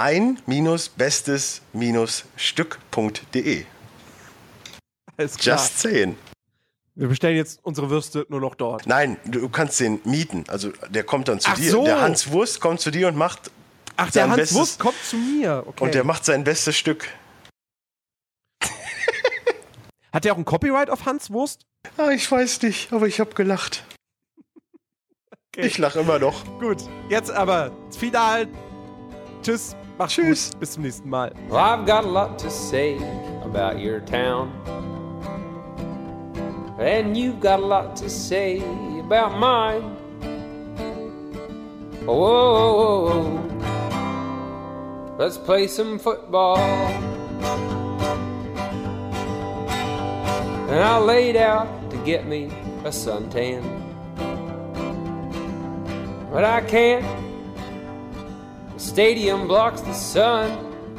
sein-bestes-stück punkt de.
Alles klar.
Just saying.
Wir bestellen jetzt unsere Würste nur noch dort.
Nein, du kannst den mieten, also der kommt dann zu
Ach
dir.
so.
Der Hans Wurst kommt zu dir und macht
Ach, der
sein
Hans
Bestes-
Wurst kommt zu mir. Okay.
und der macht sein bestes Stück.
Hat der auch ein Copyright auf Hans Wurst?
Ah, ich weiß nicht, aber ich habe gelacht.
Okay.
Ich lache immer noch.
Gut, jetzt aber final. Tschüss, macht's
Tschüss.
gut. Bis zum nächsten Mal.
Well, I've got a lot to say about your town. And you've got a lot to say about mine. Whoa, let's play some football. And I laid out to get me a suntan. But I can't. The stadium blocks the sun.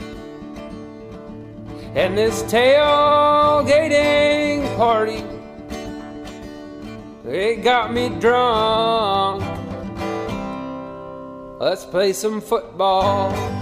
And this tailgating party, it got me drunk. Let's play some football.